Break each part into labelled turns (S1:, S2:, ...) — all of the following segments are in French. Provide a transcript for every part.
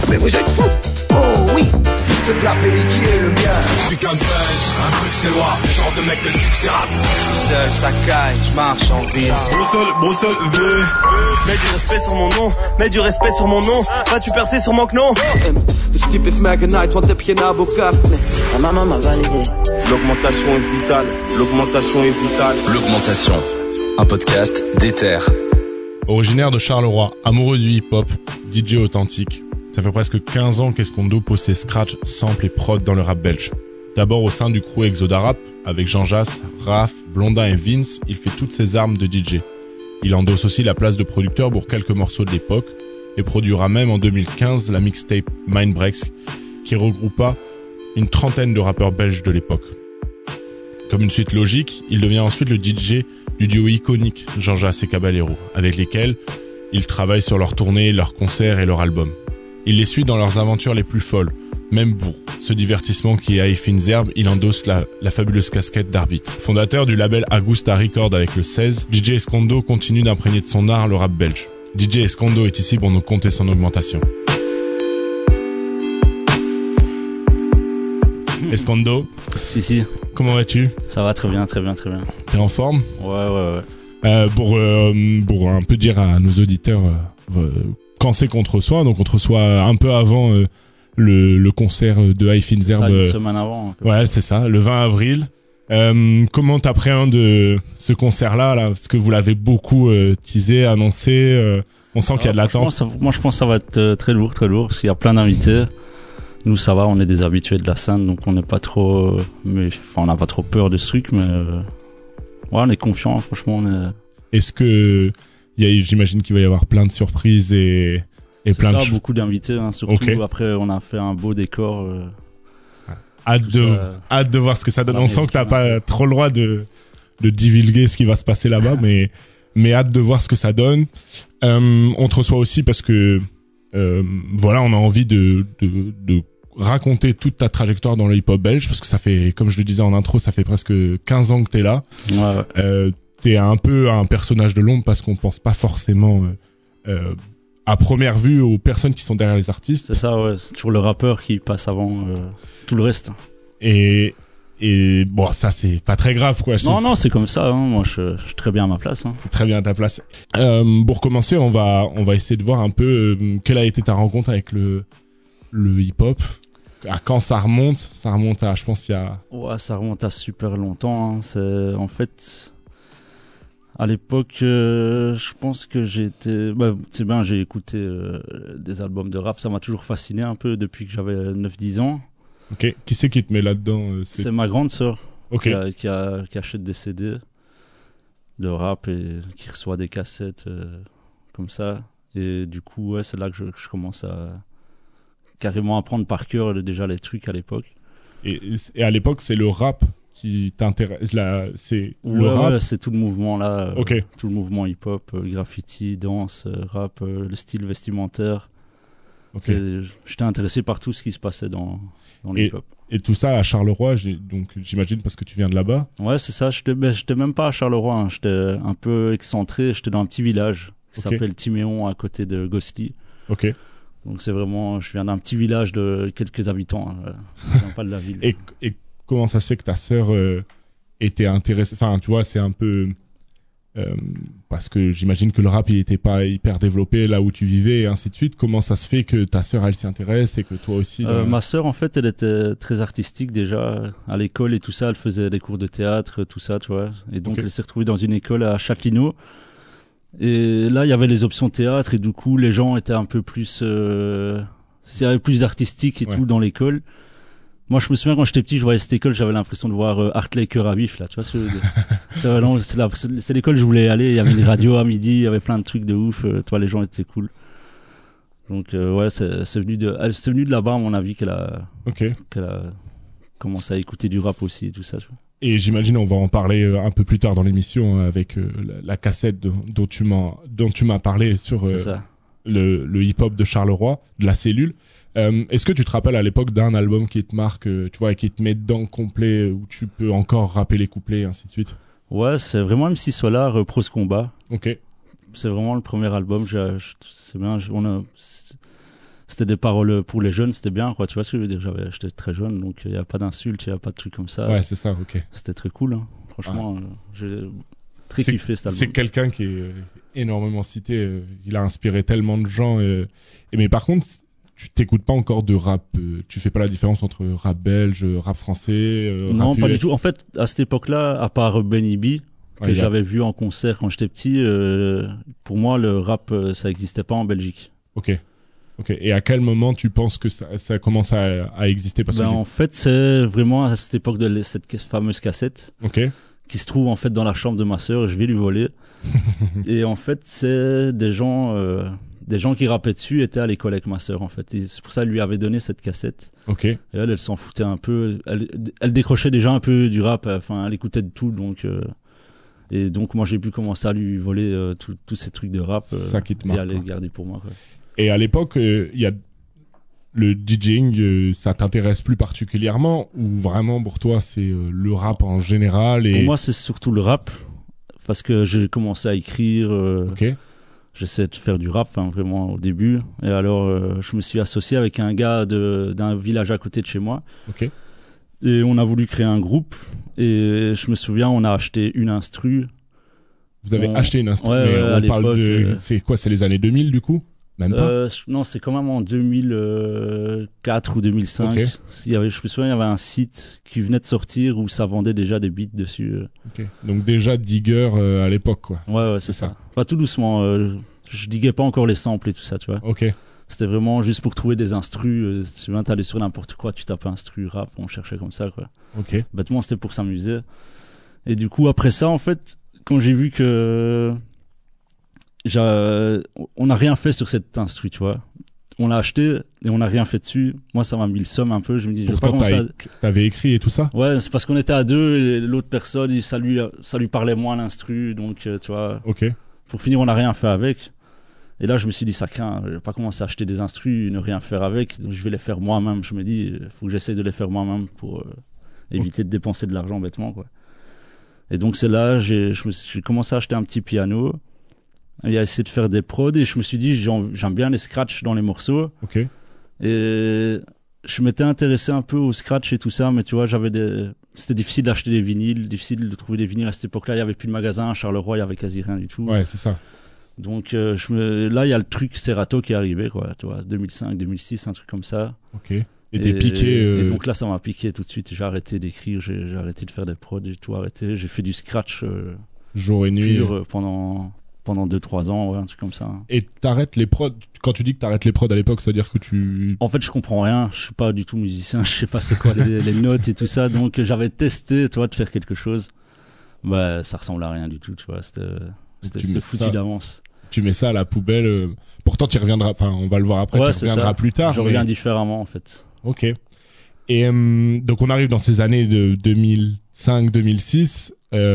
S1: Mais vous êtes fous. Oh oui, ce plat pays qui est le mien.
S2: Je suis qu'un buzz, un truc c'est moi, le genre de mec de succès rap.
S3: Seul, ça caille, je marche en ville.
S2: Bruxelles, V.
S4: Mets du respect sur mon nom, mets du respect sur mon nom. Vas-tu percer sur mon knon?
S5: Dus type heeft mij genaaid, wat heb je nou boekart? Nee.
S3: Ma maman m'a validé.
S4: L'augmentation est vitale, l'augmentation est vitale.
S6: L'augmentation, un podcast d'Ether.
S7: Originaire de Charleroi, amoureux du hip-hop, DJ authentique, ça fait presque 15 ans qu'Escondo pose ses scratchs, samples et prod dans le rap belge. D'abord au sein du crew Exoda Rap, avec Jean Jass, Raph, Blondin et Vince, il fait toutes ses armes de DJ. Il endosse aussi la place de producteur pour quelques morceaux de l'époque, et produira même en 2015 la mixtape Mindbreaks, qui regroupa une trentaine de rappeurs belges de l'époque. Comme une suite logique, il devient ensuite le DJ du duo iconique Jean Jass et Caballero, avec lesquels il travaille sur leurs tournées, leurs concerts et leurs albums. Il les suit dans leurs aventures les plus folles, même pour ce divertissement qui est à fines herbes, il endosse la fabuleuse casquette d'arbitre. Fondateur du label Agusta Record avec le 16, DJ Escondo continue d'imprégner de son art le rap belge. DJ Escondo est ici pour nous conter son augmentation. Escondo.
S8: Si.
S7: Comment vas-tu?
S8: Ça va très bien.
S7: T'es en forme?
S8: Ouais.
S7: Pour un peu dire à nos auditeurs quand c'est qu'on te reçoit, donc on te reçoit un peu avant le concert de High Fins Herb.
S8: Une semaine avant.
S7: Ouais, c'est ça, le 20 avril. Comment t'appréhendes ce concert-là, là, parce que vous l'avez beaucoup teasé, annoncé. On sent qu'il y a de l'attente.
S8: Moi, je pense que ça va être très lourd, parce qu'il y a plein d'invités. Nous, ça va, on est des habitués de la scène, donc on n'est pas trop, on n'a pas trop peur de ce truc, mais ouais, on est confiants, franchement.
S7: Est-ce que j'imagine qu'il va y avoir plein de surprises et plein de
S8: beaucoup d'invités, hein, surtout. Okay. Après, on a fait un beau décor.
S7: Hâte de voir ce que ça donne. On sent que t'as pas trop le droit de divulguer ce qui va se passer là-bas, mais hâte de voir ce que ça donne. On te reçoit aussi parce que voilà, on a envie de raconter toute ta trajectoire dans le hip-hop belge, parce que ça fait, comme je le disais en intro, ça fait presque 15 ans que t'es là.
S8: Ouais.
S7: T'es un peu un personnage de l'ombre parce qu'on pense pas forcément à première vue aux personnes qui sont derrière les artistes.
S8: C'est ça, ouais. C'est toujours le rappeur qui passe avant tout le reste.
S7: Et bon, ça c'est pas très grave, quoi.
S8: Non, c'est comme ça. Hein. Moi, je suis très bien à ma place. Hein.
S7: Très bien à ta place. Pour commencer, on va essayer de voir un peu quelle a été ta rencontre avec le hip-hop. À quand ça remonte? Ça remonte à, je pense,
S8: ça remonte à super longtemps. Hein. C'est en fait. À l'époque, je pense que j'ai écouté des albums de rap. Ça m'a toujours fasciné un peu depuis que j'avais 9-10 ans.
S7: Ok. Qui c'est qui te met là-dedans?
S8: C'est ma grande sœur.
S7: Okay.
S8: qui achète des CD de rap et qui reçoit des cassettes comme ça. Et du coup, ouais, c'est là que je commence à carrément apprendre par cœur déjà les trucs à l'époque.
S7: Et à l'époque, c'est le rap qui t'intéresse, c'est le rap?
S8: Ouais, c'est tout le mouvement là.
S7: Okay.
S8: Tout le mouvement hip-hop, graffiti, danse, rap, le style vestimentaire.
S7: Okay.
S8: J'étais intéressé par tout ce qui se passait dans le hip-hop.
S7: Et tout ça à Charleroi, donc j'imagine parce que tu viens de là-bas?
S8: Ouais, c'est ça. J'étais même pas à Charleroi. Hein. J'étais un peu excentré. J'étais dans un petit village qui s'appelle Timéon, à côté de Gosselies.
S7: Ok.
S8: Donc c'est vraiment, je viens d'un petit village de quelques habitants. Hein. Je viens pas de la ville.
S7: Et comment ça se fait que ta sœur était intéressée? Enfin, tu vois, c'est un peu parce que j'imagine que le rap il était pas hyper développé là où tu vivais et ainsi de suite. Comment ça se fait que ta sœur elle s'y intéresse et que toi aussi?
S8: Ma sœur en fait elle était très artistique déjà à l'école et tout ça. Elle faisait des cours de théâtre, tout ça, tu vois. Et donc elle s'est retrouvée dans une école à Châtelineau. Et là il y avait les options théâtre et du coup les gens étaient un peu plus, il y avait plus d'artistique et tout dans l'école. Moi, je me souviens quand j'étais petit, je voyais cette école, j'avais l'impression de voir Hartley cœur à vif, là, tu vois. C'est l'école où je voulais aller. Il y avait une radio à midi, il y avait plein de trucs de ouf. Toi, les gens étaient cool. Donc, ouais, c'est venu de là-bas, à mon avis, qu'elle a commencé à écouter du rap aussi et tout ça, tu vois.
S7: Et j'imagine, on va en parler un peu plus tard dans l'émission avec la cassette dont tu m'as parlé sur le hip-hop de Charleroi, de la cellule. Est-ce que tu te rappelles à l'époque d'un album qui te marque, tu vois, et qui te met dedans complet, où tu peux encore rapper les couplets et ainsi de suite?
S8: Ouais, c'est vraiment MC Solar, Pros Combat.
S7: Ok.
S8: C'est vraiment le premier album. C'était c'était des paroles pour les jeunes, c'était bien, quoi. Tu vois ce que je veux dire? J'étais très jeune, donc il y a pas d'insultes, il y a pas de trucs comme ça.
S7: Ouais, c'est ça, ok.
S8: C'était très cool, hein. Franchement, j'ai très kiffé cet album.
S7: C'est quelqu'un qui est énormément cité. Il a inspiré tellement de gens. Mais par contre, tu t'écoutes pas encore de rap. Tu fais pas la différence entre rap belge, rap français.
S8: Non,
S7: rap
S8: pas
S7: US.
S8: du tout. En fait, à cette époque-là, à part Benny B, que j'avais vu en concert quand j'étais petit, pour moi, le rap, ça existait pas en Belgique.
S7: Ok. Et à quel moment tu penses que ça commence à exister? Parce que
S8: en fait, c'est vraiment à cette époque de cette fameuse cassette.
S7: Ok.
S8: Qui se trouve en fait dans la chambre de ma sœur, et je vais lui voler. Et en fait, c'est des gens qui rappaient dessus étaient à l'école avec ma sœur, en fait. Et c'est pour ça qu'elle lui avait donné cette cassette.
S7: Ok.
S8: Et elle s'en foutait un peu. Elle décrochait déjà un peu du rap. Enfin, elle écoutait de tout, donc. Et donc moi j'ai pu commencer à lui voler tous ces trucs de rap.
S7: Ça qui te marque.
S8: Et à les garder pour moi, quoi.
S7: Et à l'époque, il y a le DJing, ça t'intéresse plus particulièrement, ou vraiment pour toi c'est le rap en général?
S8: Pour moi c'est surtout le rap, parce que j'ai commencé à écrire.
S7: Ok.
S8: J'essaie de faire du rap, hein, vraiment au début. Et alors je me suis associé avec un gars d'un village à côté de chez moi.
S7: Ok.
S8: Et on a voulu créer un groupe. Et je me souviens, on a acheté une instru.
S7: Vous avez acheté une instru?
S8: Ouais,
S7: mais on parle de... C'est quoi? C'est les années 2000 du coup? Même pas?
S8: Non, c'est quand même en 2004 ou 2005.
S7: Okay.
S8: Je me souviens, il y avait un site qui venait de sortir où ça vendait déjà des beats dessus.
S7: Ok. Donc déjà Digger à l'époque, quoi.
S8: Ouais, c'est ça. Enfin, tout doucement. Je diguais pas encore les samples et tout ça, tu vois.
S7: Ok.
S8: C'était vraiment juste pour trouver des instrus. Tu viens, t'allais sur n'importe quoi, tu tapais instru, rap, on cherchait comme ça, quoi.
S7: Ok.
S8: Bêtement, c'était pour s'amuser. Et du coup, après ça, en fait, quand j'ai vu que on n'a rien fait sur cette instru, tu vois. On l'a acheté et on n'a rien fait dessus. Moi, ça m'a mis le somme un peu. Je me dis,
S7: pourtant, t'avais écrit et tout ça?
S8: Ouais, c'est parce qu'on était à deux et l'autre personne, ça lui parlait moins l'instru, donc tu vois.
S7: Ok.
S8: Pour finir, on n'a rien fait avec. Et là, je me suis dit, ça craint. Je vais pas commencer à acheter des instrus, ne rien faire avec. Donc, je vais les faire moi-même. Je me dis, faut que j'essaye de les faire moi-même pour éviter de dépenser de l'argent bêtement, quoi. Et donc, c'est là, j'ai commencé à acheter un petit piano. Et à essayer de faire des prods. Et je me suis dit, j'aime bien les scratchs dans les morceaux.
S7: Ok.
S8: Et je m'étais intéressé un peu au scratch et tout ça, mais tu vois, c'était difficile d'acheter des vinyles, difficile de trouver des vinyles à cette époque-là. Il y avait plus de magasins. À Charleroi, il y avait quasi rien du tout.
S7: Ouais, c'est ça.
S8: Donc là, il y a le truc Serato qui est arrivé, quoi. Tu vois, 2005, 2006, un truc comme ça.
S7: Ok. Et t'es piqué.
S8: Et donc là, ça m'a piqué tout de suite. J'ai arrêté d'écrire, j'ai arrêté de faire des prods, j'ai tout arrêté. J'ai fait du scratch
S7: jour et nuit
S8: pur pendant 2-3 ans, ouais, un truc comme ça.
S7: Et t'arrêtes les prods, quand tu dis que t'arrêtes les prods à l'époque, ça veut dire que tu...
S8: En fait, je comprends rien, je suis pas du tout musicien, je sais pas c'est quoi les notes et tout ça, donc j'avais testé, tu vois, de faire quelque chose. Bah, ça ressemble à rien du tout, tu vois, c'était foutu d'avance.
S7: Tu mets ça à la poubelle, pourtant tu reviendras, enfin, on va le voir après,
S8: ouais,
S7: tu reviendras plus tard.
S8: Je reviens différemment, en fait.
S7: Ok. Et donc on arrive dans ces années de 2005-2006,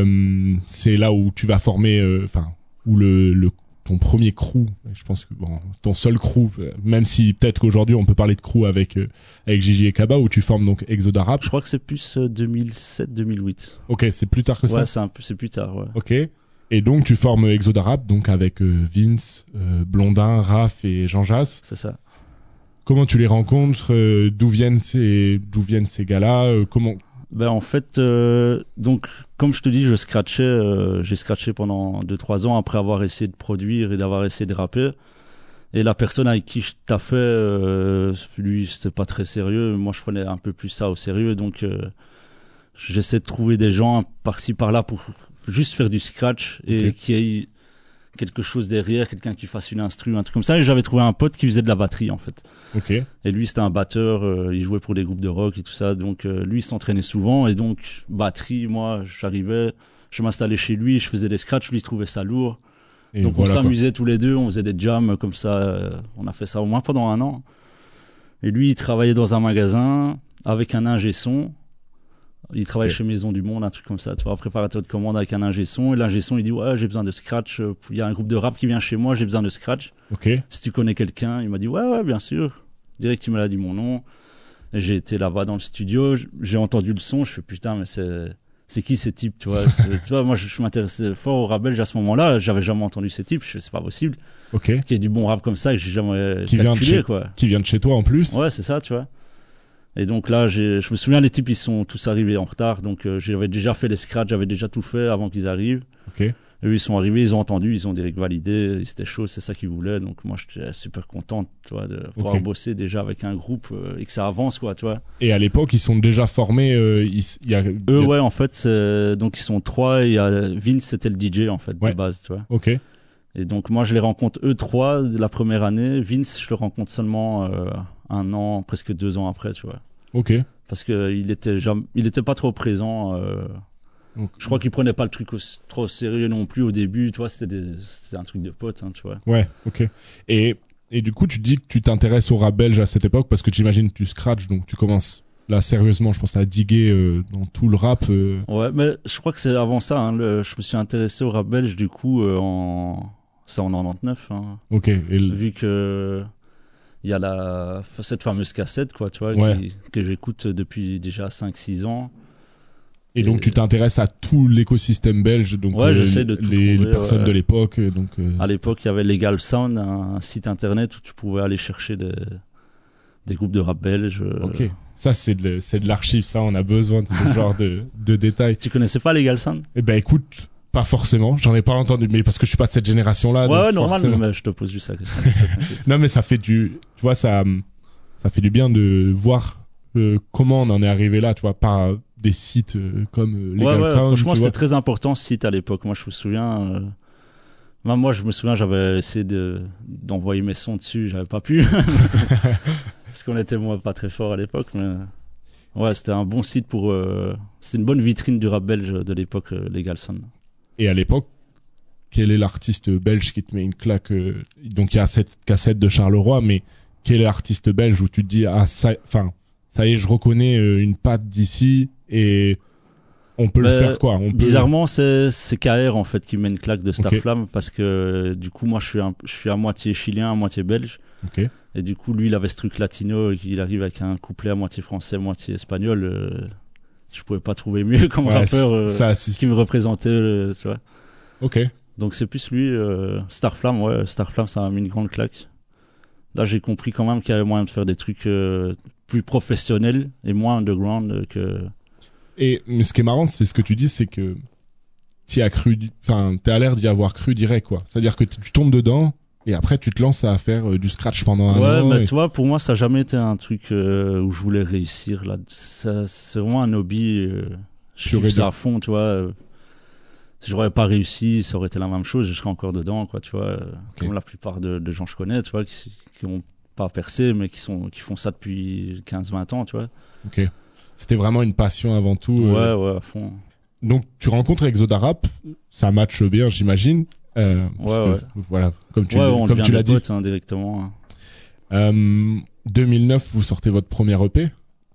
S7: c'est là où tu vas former, où ton premier crew, je pense que ton seul crew, même si peut-être qu'aujourd'hui on peut parler de crew avec Gigi et Kaba, où tu formes donc Exoda Rap.
S8: Je crois que c'est plus 2007-2008.
S7: Ok, c'est plus tard que ça.
S8: Ouais, c'est plus tard, ouais.
S7: Ok. Et donc tu formes Exoda Rap, donc avec Vince, Blondin, Raph et Jean Jass.
S8: C'est ça.
S7: Comment tu les rencontres? D'où viennent ces gars-là? Comment?
S8: Ben en fait, donc comme je te dis, j'ai scratché pendant 2-3 ans après avoir essayé de produire et d'avoir essayé de rapper. Et la personne avec qui je taffais, lui c'était pas très sérieux. Moi je prenais un peu plus ça au sérieux, donc j'essaie de trouver des gens par-ci par-là pour juste faire du scratch et qu'il y ait quelque chose derrière, quelqu'un qui fasse une instru, un truc comme ça. Et j'avais trouvé un pote qui faisait de la batterie en fait.
S7: Ok.
S8: Et lui c'était un batteur, il jouait pour des groupes de rock et tout ça, donc lui il s'entraînait souvent et donc batterie, moi j'arrivais, je m'installais chez lui, je faisais des scratchs, lui il trouvait ça lourd. Et donc voilà, on s'amusait tous les deux, on faisait des jams comme ça, on a fait ça au moins pendant 1 an. Et lui il travaillait dans un magasin avec un ingé son. Il travaille chez Maison du Monde, un truc comme ça, tu vois, préparateur de commande avec un ingé son. Et l'ingé son, il dit, ouais, j'ai besoin de scratch. Il y a un groupe de rap qui vient chez moi, j'ai besoin de scratch.
S7: Ok.
S8: Si tu connais quelqu'un, il m'a dit, ouais, bien sûr. Direct, il m'a dit mon nom. Et j'ai été là-bas dans le studio, j'ai entendu le son, je fais, putain, mais c'est qui ces types, tu vois? Tu vois, moi, je m'intéressais fort au rap belge à ce moment-là, j'avais jamais entendu ces types, je fais, c'est pas possible.
S7: Ok.
S8: Qui est du bon rap comme ça que j'ai jamais
S7: Qui
S8: calculé, quoi.
S7: Qui vient de chez toi en plus.
S8: Ouais, c'est ça, tu vois. Et donc là, je me souviens, les types, ils sont tous arrivés en retard. Donc j'avais déjà fait les scratchs, j'avais déjà tout fait avant qu'ils arrivent.
S7: Ok.
S8: Et eux, ils sont arrivés, ils ont entendu, ils ont direct validé, ils étaient chauds, c'est ça qu'ils voulaient. Donc moi, j'étais super content, tu vois, de pouvoir bosser déjà avec un groupe et que ça avance, quoi, tu vois.
S7: Et à l'époque, ils sont déjà formés.
S8: Eux, ouais, en fait, donc ils sont 3 et Vince, c'était le DJ, en fait, de base, tu vois.
S7: Ok.
S8: Et donc moi, je les rencontre eux 3 la première année. Vince, je le rencontre seulement 1 an, presque 2 ans après, tu vois.
S7: Ok.
S8: Parce qu'il était pas trop présent. Je crois qu'il prenait pas le truc trop sérieux non plus au début, tu vois, c'était un truc de pote, hein, tu vois.
S7: Ouais, ok. Et du coup, tu dis que tu t'intéresses au rap belge à cette époque parce que j'imagine tu scratches, donc tu commences là sérieusement, je pense, à diguer dans tout le rap.
S8: Ouais, mais je crois que c'est avant ça, hein, je me suis intéressé au rap belge du coup c'est en 99. Hein.
S7: Ok.
S8: Vu que il y a cette fameuse cassette, quoi, tu vois, que j'écoute depuis déjà 5-6 ans.
S7: Et donc tu t'intéresses à tout l'écosystème belge, donc
S8: j'essaie de tout
S7: les
S8: trouver,
S7: personnes de l'époque. Donc
S8: à l'époque, il y avait Legal Sound, un site internet où tu pouvais aller chercher des groupes de rap belge.
S7: Ok. Ça c'est de l'archive, ça on a besoin de ce genre de détails.
S8: Tu connaissais pas Legal Sound?
S7: Eh ben écoute, pas forcément, j'en ai pas entendu, mais parce que je suis pas de cette génération-là.
S8: Ouais, normal, mais je te pose juste la question.
S7: Non, mais ça fait tu vois, ça fait du bien de voir comment on en est arrivé là, tu vois, par des sites comme Legal Sound.
S8: Franchement, c'était très important ce site à l'époque. Moi, je me souviens. J'avais essayé d'envoyer mes sons dessus, j'avais pas pu parce qu'on était pas très fort à l'époque, mais ouais, c'était un bon site c'était une bonne vitrine du rap belge de l'époque, Legal Sound. Et
S7: à l'époque, quel est l'artiste belge qui te met une claque donc il y a cette cassette de Charleroi, mais quel est l'artiste belge où tu te dis ça y est, je reconnais une patte d'ici et on peut le faire, quoi.
S8: Bizarrement, c'est KR en fait qui met une claque de Starflame, parce que du coup moi je suis à moitié chilien, à moitié belge.
S7: Okay.
S8: Et du coup lui il avait ce truc latino, il arrive avec un couplet à moitié français, moitié espagnol. Je pouvais pas trouver mieux comme rappeur qui me représentait, tu vois.
S7: Ok.
S8: Donc c'est plus lui, Starflame, Starflame, ça m'a mis une grande claque. Là j'ai compris quand même qu'il y avait moyen de faire des trucs plus professionnels et moins underground que...
S7: Mais ce qui est marrant, c'est ce que tu dis, c'est que t'as l'air d'y avoir cru direct, quoi. C'est-à-dire que tu tombes dedans et après tu te lances à faire du scratch pendant un an.
S8: Ouais, mais tu vois, pour moi, ça n'a jamais été un truc où je voulais réussir. Là, c'est vraiment un hobby. Je kiffe ça à fond, tu vois. Si j'aurais pas réussi, ça aurait été la même chose. Je serais encore dedans, quoi, tu vois. Comme la plupart de gens que je connais, tu vois, qui ont pas percé, mais qui font ça depuis 15-20 ans, tu vois.
S7: Ok. C'était vraiment une passion avant tout.
S8: Ouais, à fond.
S7: Donc, tu rencontres Exoda Rap, ça matche bien, j'imagine. Voilà, comme tu l'as dit.
S8: Potes, hein, directement.
S7: 2009, vous sortez votre premier EP.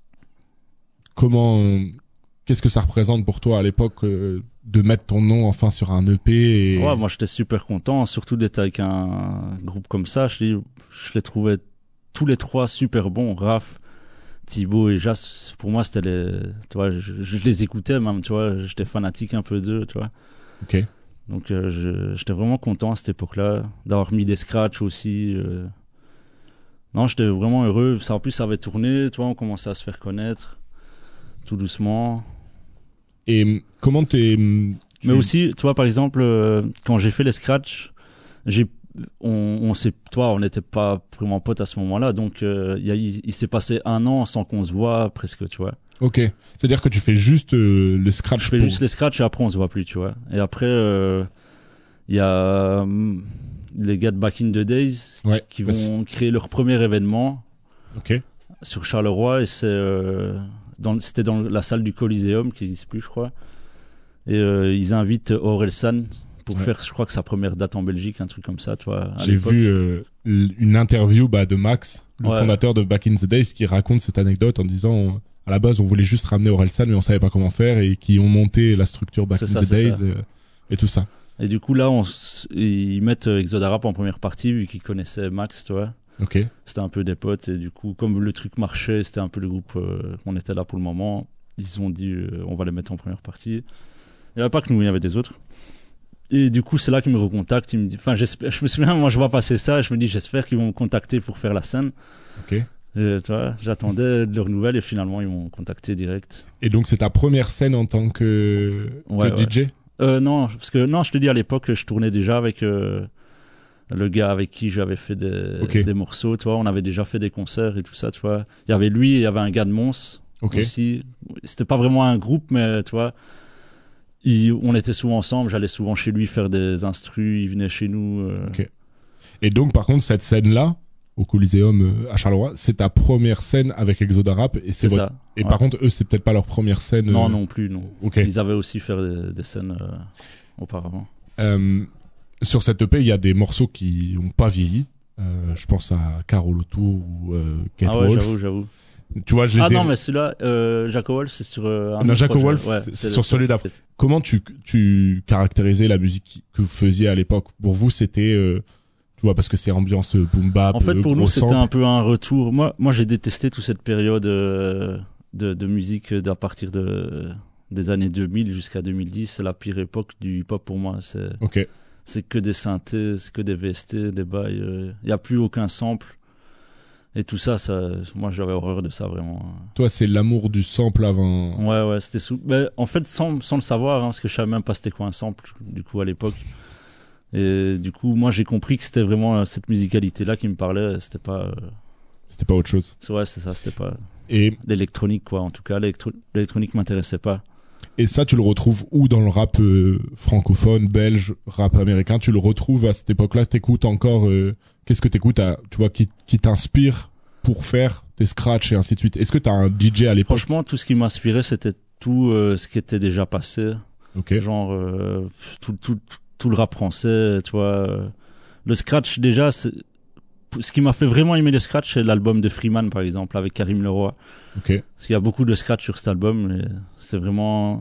S7: Qu'est-ce que ça représente pour toi à l'époque de mettre ton nom enfin sur un EP
S8: Ouais, moi j'étais super content, surtout d'être avec un groupe comme ça. Je les trouvais tous les 3 super bons, Raph, Thibaut et Jas. Pour moi, c'était tu vois, je les écoutais même, tu vois, j'étais fanatique un peu d'eux, tu vois.
S7: Ok.
S8: Donc j'étais vraiment content à cette époque-là d'avoir mis des scratchs aussi. Non, j'étais vraiment heureux. En plus, ça avait tourné, tu vois, on commençait à se faire connaître tout doucement.
S7: Et comment
S8: Mais aussi, tu vois, par exemple, quand j'ai fait les scratchs, on n'était pas vraiment potes à ce moment-là, donc il s'est passé 1 an sans qu'on se voit presque, tu vois.
S7: Ok, c'est-à-dire que tu fais juste le scratch.
S8: Je fais juste les scratchs et après on se voit plus, tu vois. Et après, il y a les gars de Back in the Days qui vont créer leur premier événement sur Charleroi, et c'était dans la salle du Coliseum qui n'existe plus, je crois. Et ils invitent Orelsan pour faire, je crois que sa première date en Belgique, un truc comme ça, tu vois.
S7: J'ai vu une interview de Max, le fondateur de Back in the Days, qui raconte cette anecdote en disant à la base on voulait juste ramener Orelsan mais on savait pas comment faire, et qui ont monté la structure Back in the Days et tout ça. Et
S8: du coup là ils mettent Exoda Rap en première partie vu qu'ils connaissaient Max, tu vois.
S7: Ok.
S8: C'était un peu des potes, et du coup comme le truc marchait, c'était un peu le groupe, on était là pour le moment, ils ont dit on va les mettre en première partie. Il n'y avait pas que nous, il y avait des autres. Et du coup, c'est là qu'ils me recontactent. Ils me disent, enfin, je me souviens, moi, je vois passer ça, et je me dis, j'espère qu'ils vont me contacter pour faire la scène.
S7: Ok.
S8: Et, tu vois, j'attendais de leurs nouvelles et finalement, ils m'ont contacté direct.
S7: Et donc, c'est ta première scène en tant que DJ?
S8: Non, parce que, non, je te dis, à l'époque, je tournais déjà avec, le gars avec qui j'avais fait des morceaux, tu vois. On avait déjà fait des concerts et tout ça, tu vois. Il y avait lui, il y avait un gars de Mons aussi. C'était pas vraiment un groupe, mais tu vois, on était souvent ensemble. J'allais souvent chez lui faire des instrus. Il venait chez nous.
S7: Ok. Et donc, par contre, cette scène-là, au Coliseum à Charleroi, c'est ta première scène avec Exoda Rap. Et c'est
S8: ça.
S7: Et par contre, eux, c'est peut-être pas leur première scène.
S8: Non plus, non.
S7: Okay.
S8: Ils avaient aussi fait des scènes auparavant.
S7: Sur cette EP, il y a des morceaux qui n'ont pas vieilli. Je pense à Carole Autour ou Kate Wolf.
S8: J'avoue.
S7: Tu vois, je les ai...
S8: non, mais celui-là, Jaco Wolf, c'est sur
S7: Jaco Wolf, c'est sur celui d'après. Comment tu caractérisais la musique que vous faisiez à l'époque? Pour vous, c'était... tu vois, parce que c'est ambiance boom bap.
S8: En fait, pour nous, c'était
S7: sample.
S8: un peu un retour. Moi, j'ai détesté toute cette période de musique à partir des années 2000 jusqu'à 2010. C'est la pire époque du hip-hop pour moi. C'est que des synthés, c'est que des VST, des bails. Il n'y a plus aucun sample. Et tout ça, moi, j'avais horreur de ça, vraiment.
S7: Toi, c'est l'amour du sample avant.
S8: Ouais, c'était mais en fait, sans le savoir, parce que je savais même pas c'était quoi un sample, du coup, à l'époque. Et du coup, moi, j'ai compris que c'était vraiment cette musicalité-là qui me parlait. C'était pas
S7: autre chose.
S8: Ouais, c'était ça, c'était pas.
S7: Et
S8: l'électronique, quoi. En tout cas, l'électronique m'intéressait pas.
S7: Et ça, tu le retrouves où dans le rap francophone, belge, rap américain? Tu le retrouves à cette époque-là? T'écoutes encore qu'est-ce que t'écoutes, tu vois, qui t'inspire pour faire tes scratchs et ainsi de suite? Est-ce que t'as un DJ à l'époque?
S8: Franchement, tout ce qui m'inspirait, c'était tout ce qui était déjà passé.
S7: Okay.
S8: Genre tout le rap français, tu vois. Le scratch, déjà, ce qui m'a fait vraiment aimer le scratch, c'est l'album de Freeman, par exemple, avec Karim Leroy.
S7: Okay.
S8: Parce qu'il y a beaucoup de scratch sur cet album. Et c'est vraiment...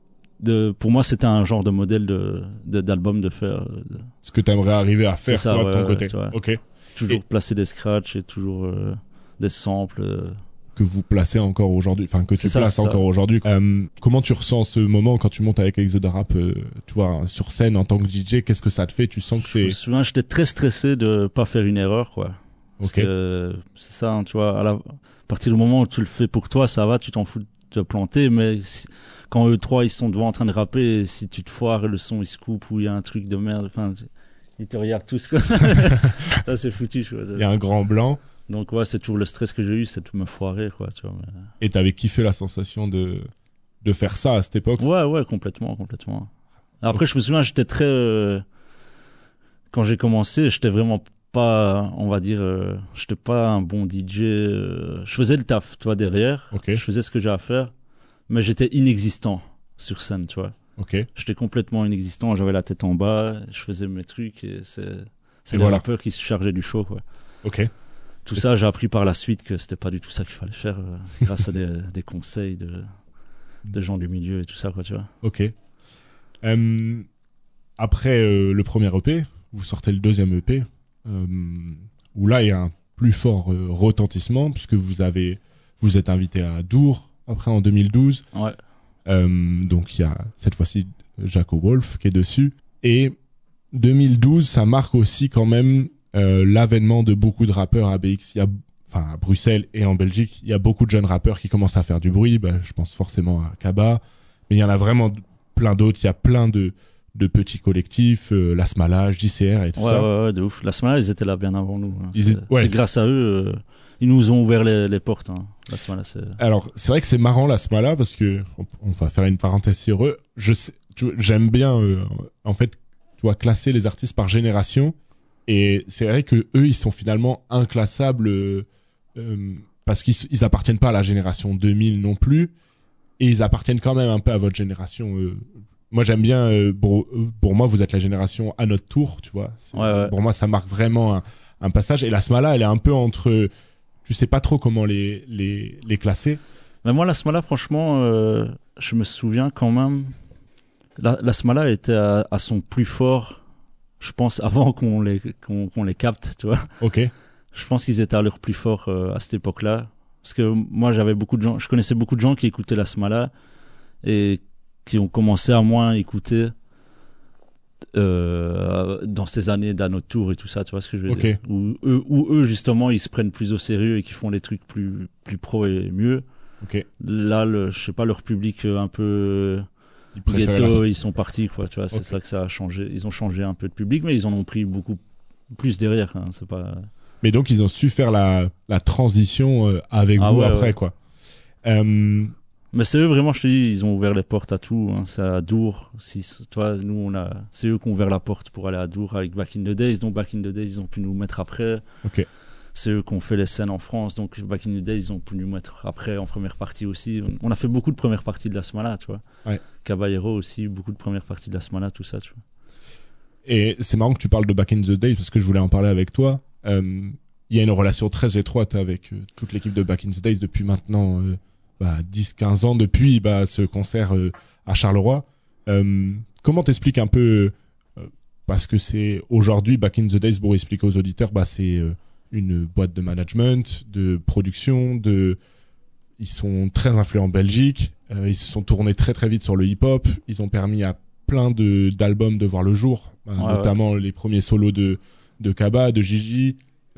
S8: pour moi, c'était un genre de modèle d'album de faire.
S7: Ce que tu aimerais arriver à faire,
S8: ça,
S7: toi, de ton côté.
S8: Ok. Toujours placer des scratchs et toujours des samples.
S7: Que vous placez encore aujourd'hui, enfin que tu places encore aujourd'hui. Comment tu ressens ce moment quand tu montes avec Exoda Rap, tu vois, sur scène en tant que DJ? Qu'est-ce que ça te fait? Tu sens que
S8: Je me souviens, j'étais très stressé de pas faire une erreur, quoi. Parce que c'est ça, hein, tu vois, à partir du moment où tu le fais pour toi, ça va, tu t'en fous de te planter, mais quand eux trois ils sont devant en train de rapper, et si tu te foires, le son il se coupe ou il y a un truc de merde, enfin ils te regardent tous, quoi. Ça c'est foutu, quoi.
S7: Il y a un grand blanc.
S8: Donc ouais, c'est toujours le stress que j'ai eu, c'est de me foirer, quoi, tu vois. Mais...
S7: Et t'avais kiffé la sensation de faire ça à cette époque?
S8: Ouais, complètement. Après, je me souviens, j'étais très quand j'ai commencé, j'étais vraiment pas, on va dire, j'étais pas un bon DJ. Je faisais le taf, tu vois, derrière.
S7: Okay.
S8: Je faisais ce que j'ai à faire, mais j'étais inexistant sur scène, tu vois.
S7: Okay.
S8: J'étais complètement inexistant. J'avais la tête en bas, je faisais mes trucs et c'est les rappeurs qui se chargeaient du show, quoi.
S7: Ok.
S8: Tout ça, j'ai appris par la suite que c'était pas du tout ça qu'il fallait faire, grâce à des conseils de gens du milieu et tout ça, quoi, tu vois.
S7: Ok. Après le premier EP, vous sortez le deuxième EP, où là il y a un plus fort retentissement puisque vous êtes invité à Dour après en 2012.
S8: Ouais.
S7: Donc il y a cette fois-ci Jaco Wolf qui est dessus. Et 2012, ça marque aussi quand même l'avènement de beaucoup de rappeurs à BX. À Bruxelles et en Belgique, il y a beaucoup de jeunes rappeurs qui commencent à faire du bruit. Je pense forcément à Kaba, mais il y en a vraiment plein d'autres. Il y a plein de petits collectifs, La Smala, JCR et tout ça.
S8: Ouais, de ouf. La Smala, ils étaient là bien avant nous. Hein.
S7: C'est
S8: grâce à eux, ils nous ont ouvert les portes. Hein. La Smala,
S7: Alors, c'est vrai que c'est marrant, La Smala, parce que on va faire une parenthèse sur eux. J'aime bien, en fait, tu vois, classer les artistes par génération. Et c'est vrai que eux, ils sont finalement inclassables parce qu'ils appartiennent pas à la génération 2000 non plus, et ils appartiennent quand même un peu à votre génération. Moi, j'aime bien. Pour moi, vous êtes la génération à notre tour, tu vois.
S8: Ouais.
S7: Pour moi, ça marque vraiment un passage. Et la Smala, elle est un peu entre. Tu sais pas trop comment les classer.
S8: Mais moi, la Smala, franchement, je me souviens quand même. La Smala était à son plus fort. Je pense avant qu'on les capte, tu vois.
S7: Ok.
S8: Je pense qu'ils étaient à leur plus fort à cette époque-là, parce que moi je connaissais beaucoup de gens qui écoutaient la Smala et qui ont commencé à moins écouter. dans ces années d'À notre tour et tout ça, tu vois ce que je veux dire, où eux justement ils se prennent plus au sérieux et qui font des trucs plus pro et mieux. Là je sais pas, leur public un peu ghetto, ils sont partis quoi, tu vois, c'est ça que ça a changé. Ils ont changé un peu de public, mais ils en ont pris beaucoup plus derrière, hein. C'est pas.
S7: Mais donc ils ont su faire la transition avec vous après quoi.
S8: Mais c'est eux vraiment, je te dis, ils ont ouvert les portes à tout, hein. C'est à Dour, toi, nous c'est eux qui ont ouvert la porte pour aller à Dour avec Back in the Days, donc Back in the Days ils ont pu nous mettre après. C'est eux qui ont fait les scènes en France, donc Back in the Days ils ont pu nous mettre après en première partie aussi. On a fait beaucoup de premières parties de la Smala, tu vois. Caballero aussi, beaucoup de premières parties de la Smala, tout ça, tu vois.
S7: Et c'est marrant que tu parles de Back in the Days parce que je voulais en parler avec toi. Il y a une relation très étroite avec toute l'équipe de Back in the Days depuis maintenant 10-15 ans, depuis ce concert à Charleroi. Comment t'expliques un peu, parce que c'est aujourd'hui Back in the Days, pour expliquer aux auditeurs, c'est une boîte de management, de production, ils sont très influents en Belgique, ils se sont tournés très très vite sur le hip-hop, ils ont permis à plein d'albums de voir le jour, notamment les premiers solos de Kaba, de Gigi,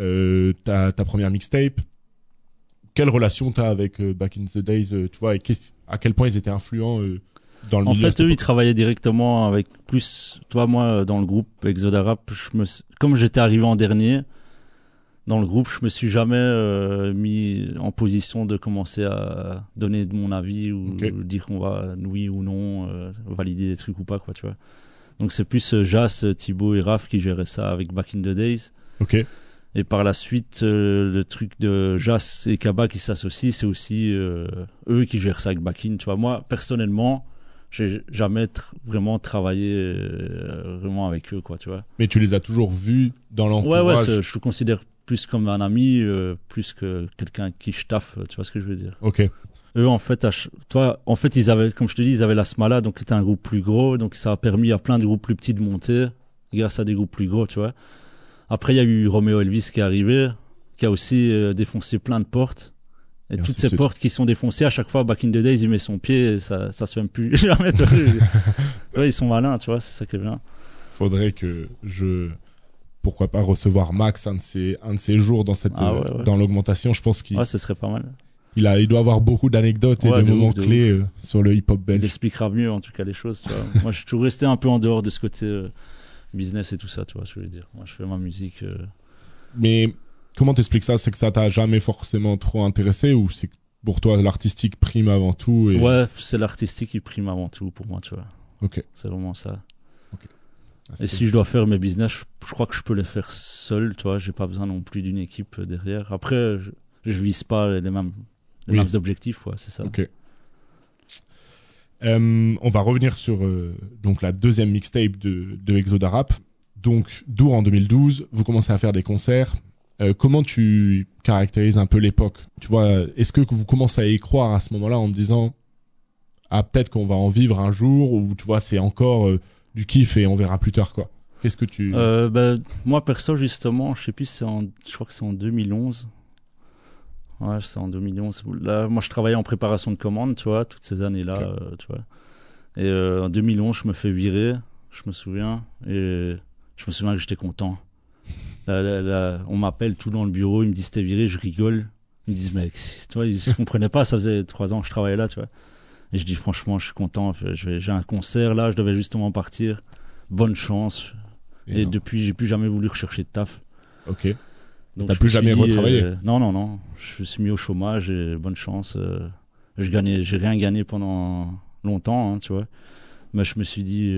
S7: ta première mixtape. Quelle relation t'as avec Back in the Days, tu vois, et à quel point ils étaient influents dans le milieu? En fait,
S8: eux, ils travaillaient directement avec plus, toi, moi, dans le groupe Exoda Rap, comme j'étais arrivé en dernier, dans le groupe, je me suis jamais mis en position de commencer à donner de mon avis ou dire qu'on va oui ou non, valider des trucs ou pas, quoi, tu vois. Donc c'est plus Jas, Thibaut et Raph qui géraient ça avec Back in the Days. Et par la suite, le truc de Jas et Kaba qui s'associent, c'est aussi eux qui gèrent ça avec Back in, tu vois. Moi, personnellement, j'ai jamais vraiment travaillé vraiment avec eux, quoi, tu vois.
S7: Mais tu les as toujours vus dans l'entourage?
S8: Ouais, je te considère plus comme un ami, plus que quelqu'un qui je taffe, tu vois ce que je veux dire. Eux, en fait, ils avaient, comme je te dis, ils avaient la Smala, donc c'était un groupe plus gros, donc ça a permis à plein de groupes plus petits de monter, grâce à des groupes plus gros, tu vois. Après, il y a eu Romeo Elvis qui est arrivé, qui a aussi défoncé plein de portes. Et toutes ces portes qui sont défoncées, à chaque fois, Back in the Days, il met son pied, et ça se fait plus jamais. Ouais, ils sont malins, tu vois, c'est ça qui est bien.
S7: Faudrait que pourquoi pas recevoir Max un de ces jours dans dans l'augmentation. Je pense
S8: ce serait pas mal.
S7: Il doit avoir beaucoup d'anecdotes et de moments clés sur le hip-hop belge.
S8: Il expliquera mieux, en tout cas, les choses, tu vois. Moi, je suis toujours resté un peu en dehors de ce côté business et tout ça, tu vois ce que je veux dire. Moi, je fais ma musique.
S7: Mais comment t'expliques ça? C'est que ça t'a jamais forcément trop intéressé, ou c'est que pour toi l'artistique prime avant tout?
S8: Ouais, c'est l'artistique qui prime avant tout pour moi, tu vois. C'est vraiment ça. Et si je dois faire mes business, je crois que je peux les faire seul, tu vois. J'ai pas besoin non plus d'une équipe derrière. Après, je vise pas les mêmes objectifs, quoi, c'est ça.
S7: On va revenir sur donc la deuxième mixtape de Exoda Rap. Donc Dour en 2012, vous commencez à faire des concerts. Comment tu caractérises un peu l'époque? Tu vois, est-ce que vous commencez à y croire à ce moment-là en te disant peut-être qu'on va en vivre un jour, ou tu vois c'est encore du kiff et on verra plus tard, quoi? Qu'est-ce que tu...
S8: moi perso justement, je sais plus, je crois que c'est en 2011. Ouais, c'est en 2011. Là, moi, je travaillais en préparation de commandes, tu vois, toutes ces années-là, tu vois. Et en 2011, je me fais virer, je me souviens, et je me souviens que j'étais content. On m'appelle tout dans le bureau, ils me disent t'es viré, je rigole. Ils me disent mec, tu vois, ils comprenaient pas, ça faisait 3 ans que je travaillais là, tu vois. Et je dis franchement, je suis content, j'ai un concert là, je devais justement partir. Bonne chance. Et depuis, j'ai plus jamais voulu rechercher de taf. Donc,
S7: t'as plus jamais retravaillé?
S8: Non. Je me suis mis au chômage et bonne chance. J'ai rien gagné pendant longtemps, hein, tu vois. Mais je me suis dit,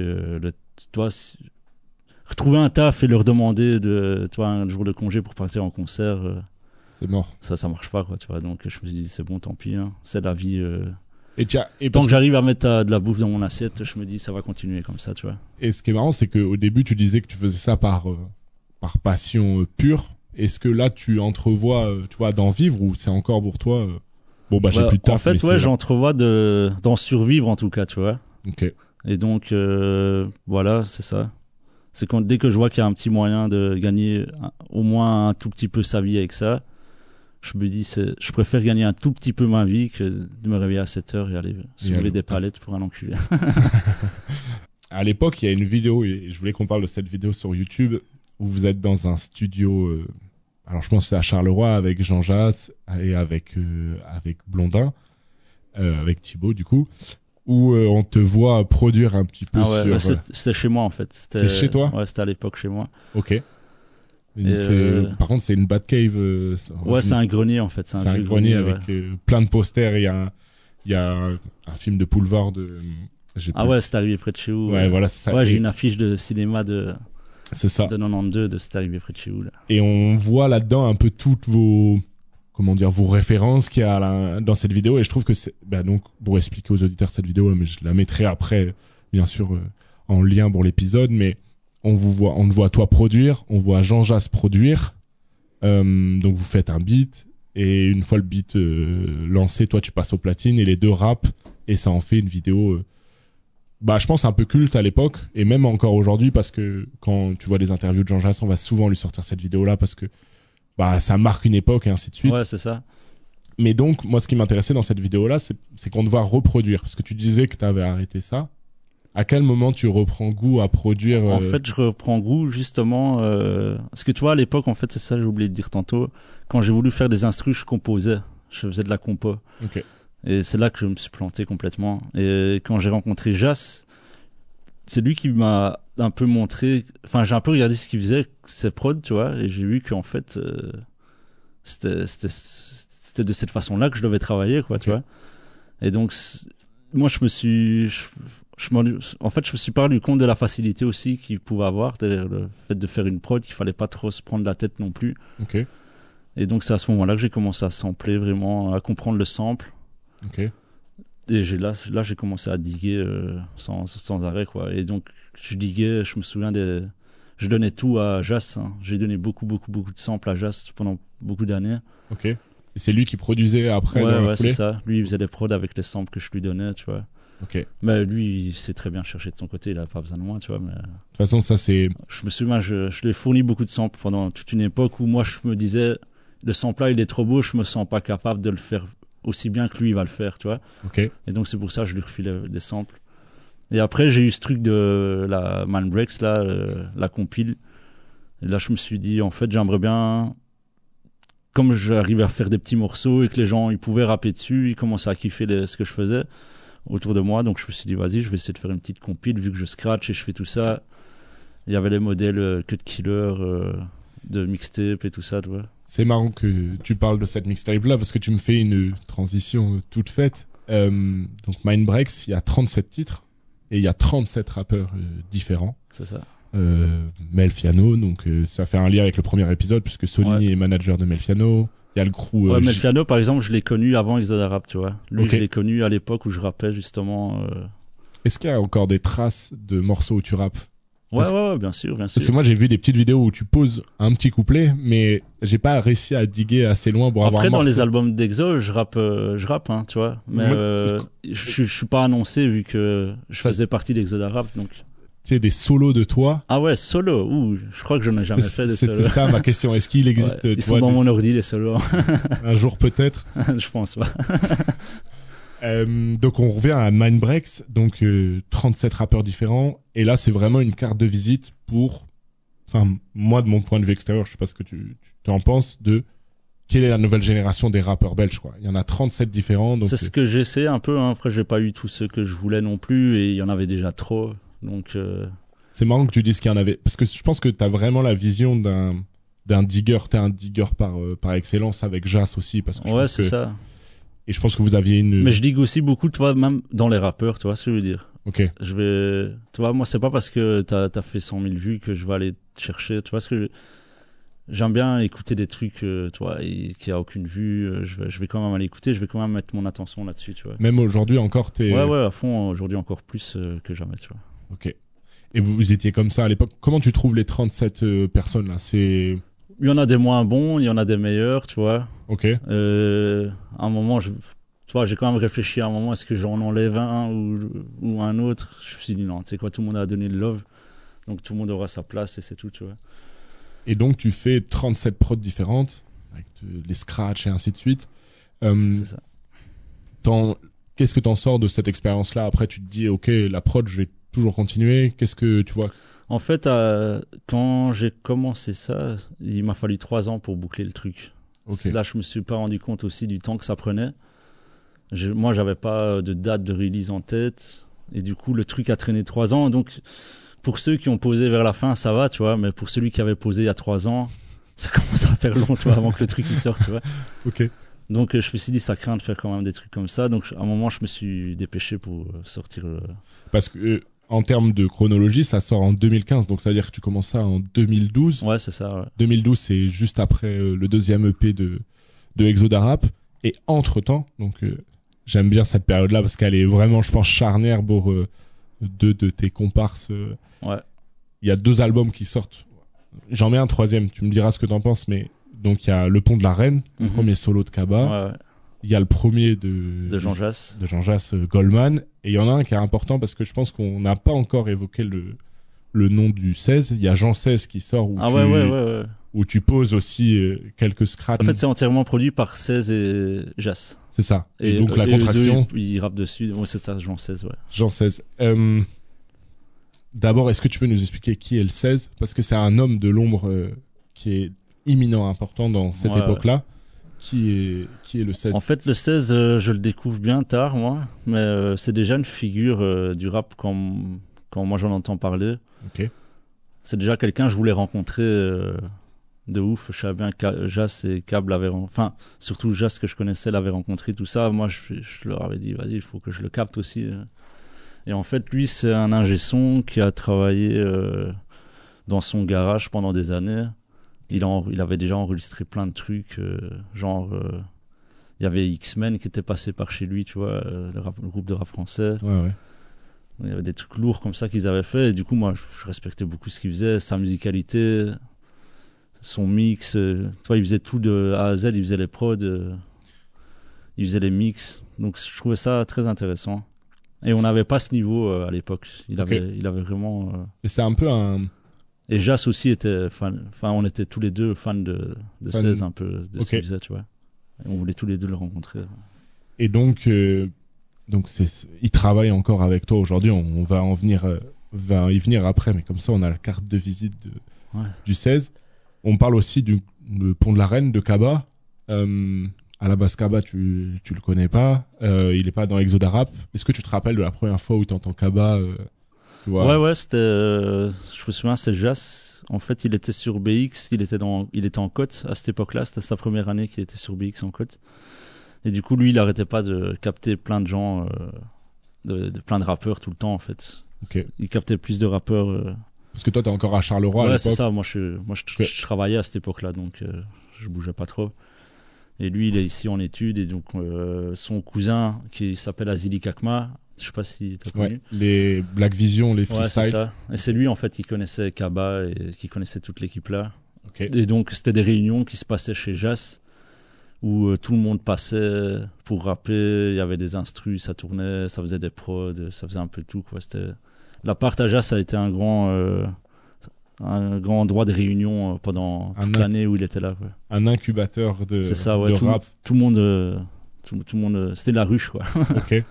S8: retrouver un taf et leur demander un jour de congé pour partir en concert,
S7: c'est mort.
S8: Ça marche pas, quoi, tu vois. Donc je me suis dit, c'est bon, tant pis, hein, c'est la vie.
S7: Et
S8: tant que j'arrive à mettre de la bouffe dans mon assiette, je me dis, ça va continuer comme ça, tu vois.
S7: Et ce qui est marrant, c'est qu'au début, tu disais que tu faisais ça par passion pure. Est-ce que là, tu entrevois, tu vois, d'en vivre, ou c'est encore pour toi j'ai plus de taf?
S8: En fait, ouais, j'entrevois d'en survivre, en tout cas, tu vois. Et donc, voilà, c'est ça. C'est dès que je vois qu'il y a un petit moyen de gagner au moins un tout petit peu sa vie avec ça, je me dis, je préfère gagner un tout petit peu ma vie que de me réveiller à 7h et aller soulever des palettes pour un enculé.
S7: À l'époque, il y a une vidéo, et je voulais qu'on parle de cette vidéo sur YouTube, où vous êtes dans un studio, alors je pense que c'est à Charleroi, avec Jean Jass et avec Blondin, avec Thibaut du coup, où on te voit produire un petit peu sur...
S8: C'était chez moi en fait.
S7: C'est chez toi?
S8: Ouais, c'était à l'époque chez moi.
S7: Ok. Par contre, c'est une Batcave.
S8: C'est un grenier en fait.
S7: C'est un grenier avec plein de posters. Il y a un film de Poulvord.
S8: C'est arrivé près de chez vous.
S7: Ouais, voilà, c'est ça.
S8: Ouais, j'ai une affiche de cinéma de 92 de C'est arrivé près de chez vous là.
S7: Et on voit là-dedans un peu toutes vos références qu'il y a dans cette vidéo. Et je trouve que c'est, donc, pour expliquer aux auditeurs cette vidéo, mais je la mettrai après, bien sûr, en lien pour l'épisode, mais on te voit toi produire, on voit Jean Jass produire, donc vous faites un beat, et une fois le beat lancé, toi tu passes au platine, et les deux rappent, et ça en fait une vidéo, je pense un peu culte à l'époque, et même encore aujourd'hui, parce que quand tu vois des interviews de Jean Jass, on va souvent lui sortir cette vidéo-là, parce que ça marque une époque, et ainsi de suite.
S8: Ouais, c'est ça.
S7: Mais donc, moi ce qui m'intéressait dans cette vidéo-là, c'est qu'on te voit reproduire, parce que tu disais que t'avais arrêté ça. À quel moment tu reprends goût à produire
S8: En fait, je reprends goût justement parce que tu vois à l'époque, en fait, c'est ça, j'ai oublié de dire tantôt, quand j'ai voulu faire des instrus, je composais, je faisais de la compo.
S7: Okay.
S8: Et c'est là que je me suis planté complètement. Et quand j'ai rencontré Jass, c'est lui qui m'a un peu montré, enfin j'ai un peu regardé ce qu'il faisait, ses prods, tu vois, et j'ai vu qu'en fait c'était de cette façon-là que je devais travailler, quoi, okay. Tu vois. Et donc moi je me suis pas rendu compte de la facilité aussi qu'il pouvait avoir derrière le fait de faire une prod, qu'il fallait pas trop se prendre la tête non plus.
S7: Okay.
S8: Et donc c'est à ce moment-là que j'ai commencé à sampler vraiment, à comprendre le sample.
S7: Okay.
S8: Et là j'ai commencé à diguer sans arrêt, quoi. Et donc je diguais, je me souviens je donnais tout à Jass, hein. J'ai donné beaucoup de samples à Jass pendant beaucoup d'années.
S7: OK. Et c'est lui qui produisait après dans la foulée?
S8: C'est ça. Lui il faisait des prods avec les samples que je lui donnais, tu vois.
S7: OK.
S8: Mais lui, il sait très bien chercher de son côté, il a pas besoin de moi, tu vois. Mais...
S7: De toute façon, ça c'est...
S8: Je me souviens, je lui ai fourni beaucoup de samples pendant toute une époque où moi je me disais, le sample là il est trop beau, je me sens pas capable de le faire aussi bien que lui il va le faire, tu vois.
S7: OK.
S8: Et donc c'est pour ça que je lui refile des samples. Et après j'ai eu ce truc de la Man Breaks là, la compile. Et là je me suis dit, en fait j'aimerais bien, comme j'arrivais à faire des petits morceaux et que les gens ils pouvaient rapper dessus, ils commençaient à kiffer ce que je faisais autour de moi, donc je me suis dit vas-y, je vais essayer de faire une petite compile vu que je scratch et je fais tout ça. Il y avait les modèles Cut Killer de mixtape et tout ça, tu vois.
S7: C'est marrant que tu parles de cette mixtape là parce que tu me fais une transition toute faite. Donc Mind Breaks, il y a 37 titres et il y a 37 rappeurs différents.
S8: C'est ça.
S7: Melfiano, donc ça fait un lien avec le premier épisode puisque Sony est manager de Melfiano. Il y a le crew.
S8: Melfiano par exemple, je l'ai connu avant Exoda Rap, tu vois. Lui, je l'ai connu à l'époque où je rappais justement.
S7: Est-ce qu'il y a encore des traces de morceaux où tu rappes?
S8: Ouais, bien sûr.
S7: Parce que moi j'ai vu des petites vidéos où tu poses un petit couplet, mais j'ai pas réussi à diguer assez loin pour avoir un morceau.
S8: Après dans les albums d'Exo, je rappe, hein, tu vois. Mais je suis pas annoncé vu que je faisais partie d'Exoda Rap, donc.
S7: Tu sais, des solos de toi.
S8: Ah ouais, solo. Je crois que j'en ai jamais fait des solos.
S7: C'était ça ma question. Est-ce qu'il existe?
S8: Ils sont dans mon ordi les solos.
S7: Un jour peut-être.
S8: Je pense pas.
S7: Donc on revient à Mind Breaks, donc 37 rappeurs différents, et là c'est vraiment une carte de visite pour, enfin moi de mon point de vue extérieur, je sais pas ce que tu en penses, de quelle est la nouvelle génération des rappeurs belges, quoi. Il y en a 37 différents. Donc
S8: c'est ce que j'essaie un peu, hein. Après j'ai pas eu tous ceux que je voulais non plus, et il y en avait déjà trop, donc...
S7: C'est marrant que tu dises qu'il y en avait, parce que je pense que t'as vraiment la vision d'un digger, t'es un digger par excellence avec Jass aussi, parce que je pense
S8: c'est ça.
S7: Et je pense que vous aviez une...
S8: Mais je digue aussi beaucoup, tu vois, même dans les rappeurs, tu vois ce que je veux dire.
S7: Ok.
S8: Tu vois, moi, c'est pas parce que t'as fait 100 000 vues que je vais aller te chercher, tu vois ce que j'aime bien écouter des trucs, tu vois, qui a aucune vue, je vais quand même aller écouter, je vais quand même mettre mon attention là-dessus, tu vois.
S7: Même aujourd'hui encore, t'es...
S8: Ouais, à fond, aujourd'hui encore plus que jamais, tu vois.
S7: Ok. Et vous étiez comme ça à l'époque. Comment tu trouves les 37 personnes, là?
S8: Il y en a des moins bons, il y en a des meilleurs, tu vois.
S7: Ok.
S8: À un moment, tu vois, j'ai quand même réfléchi à un moment, est-ce que j'en enlève un ou un autre? Je me suis dit non, tu sais quoi, tout le monde a donné le love, donc tout le monde aura sa place et c'est tout, tu vois.
S7: Et donc tu fais 37 prods différentes, avec les scratchs et ainsi de suite.
S8: C'est ça.
S7: Qu'est-ce que t'en sors de cette expérience-là? Après, tu te dis, ok, la prod, je vais toujours continué? Qu'est-ce que tu vois?
S8: En fait, quand j'ai commencé ça, il m'a fallu 3 ans pour boucler le truc.
S7: Okay.
S8: Là, je me suis pas rendu compte aussi du temps que ça prenait. Moi, j'avais pas de date de release en tête. Et du coup, le truc a traîné 3 ans. Donc, pour ceux qui ont posé vers la fin, ça va, tu vois. Mais pour celui qui avait posé il y a 3 ans, ça commence à faire long, tu vois, avant que le truc il sorte, tu vois.
S7: Ok.
S8: Donc, je me suis dit, ça craint de faire quand même des trucs comme ça. Donc, à un moment, je me suis dépêché pour sortir.
S7: Parce que, en termes de chronologie, ça sort en 2015. Donc, ça veut dire que tu commences ça en 2012.
S8: Ouais, c'est ça, ouais. 2012,
S7: c'est juste après le deuxième EP de Exodarap. Et entre-temps, donc, j'aime bien cette période-là parce qu'elle est vraiment, je pense, charnière pour deux de tes comparses.
S8: Ouais.
S7: Il y a 2 albums qui sortent. J'en mets un 3e, tu me diras ce que t'en penses, mais donc il y a Le Pont de la Reine, le premier solo de Kaba.
S8: Ouais.
S7: Il y a le premier de
S8: Jean Jass.
S7: De Jean Jass, Goldman. Et il y en a un qui est important parce que je pense qu'on n'a pas encore évoqué le nom du 16. Il y a Jean 16 qui sort où tu poses aussi quelques scratchs.
S8: En fait, c'est entièrement produit par 16 et Jass.
S7: C'est ça. Et donc la contraction.
S8: Il rappe dessus. Ouais, c'est ça, Jean 16, ouais.
S7: Jean 16. D'abord, est-ce que tu peux nous expliquer qui est le 16? Parce que c'est un homme de l'ombre qui est imminent, important dans cette époque-là. Qui est le 16?
S8: En fait, le 16, je le découvre bien tard, moi. Mais c'est déjà une figure du rap quand moi j'en entends parler.
S7: Ok.
S8: C'est déjà quelqu'un que je voulais rencontrer de ouf. Je savais bien que Jass et Cab l'avaient... Enfin, surtout Jass que je connaissais l'avait rencontré, tout ça. Moi, je leur avais dit, vas-y, il faut que je le capte aussi. Et en fait, lui, c'est un ingé son qui a travaillé dans son garage pendant des années. Il avait déjà enregistré plein de trucs, il y avait X-Men qui était passé par chez lui, tu vois, le groupe de rap français.
S7: Ouais.
S8: Il y avait des trucs lourds comme ça qu'ils avaient fait, et du coup, moi, je respectais beaucoup ce qu'il faisait, sa musicalité, son mix. Tu vois, il faisait tout de A à Z, il faisait les prods, il faisait les mix. Donc, je trouvais ça très intéressant. Et on n'avait pas ce niveau à l'époque. Il avait vraiment...
S7: Et c'est un peu un...
S8: Et Jass aussi était fan. Enfin, on était tous les deux fans de 16, un peu, de ce qu'il faisait, tu vois. Et on voulait tous les deux le rencontrer.
S7: Et donc il travaille encore avec toi aujourd'hui. On va y venir après, mais comme ça, on a la carte de visite du 16. On parle aussi du Pont de la Reine de Kaba. À la base, Kaba, tu le connais pas. Il est pas dans Exodarap. Est-ce que tu te rappelles de la première fois où tu entends Kaba
S8: Ouais, c'était... je me souviens, c'est Jass. En fait, il était sur BX, il était en Côte à cette époque-là. C'était sa première année qu'il était sur BX en Côte. Et du coup, lui, il arrêtait pas de capter plein de gens, de plein de rappeurs tout le temps, en fait.
S7: Okay.
S8: Il captait plus de rappeurs...
S7: Parce que toi, t'es encore à Charleroi à l'époque.
S8: Ouais, c'est ça. Moi, je travaillais à cette époque-là, donc je bougeais pas trop. Et lui, il est ici en études, et donc son cousin, qui s'appelle Azili Kakma, je sais pas si t'as connu.
S7: Ouais, les Black Vision, les freestyle.
S8: Ouais, c'est ça. Et c'est lui, en fait, qui connaissait Kaba et qui connaissait toute l'équipe là.
S7: Okay.
S8: Et donc, c'était des réunions qui se passaient chez Jass, où tout le monde passait pour rapper, il y avait des instrus, ça tournait, ça faisait des prods, ça faisait un peu tout, quoi. L'appart à Jass a été un grand endroit de réunion pendant toute l'année où il était là, quoi.
S7: Un incubateur de rap.
S8: Tout le monde, c'était la ruche, quoi.
S7: Ok.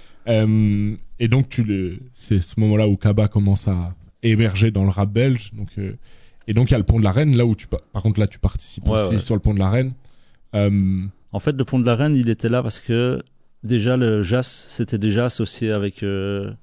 S7: Et donc c'est ce moment-là où Kaba commence à émerger dans le rap belge. Et donc il y a le Pont de la Reine, là où par contre là tu participes aussi sur le Pont de la Reine.
S8: En fait, le Pont de la Reine, il était là parce que déjà le Jass s'était déjà associé avec le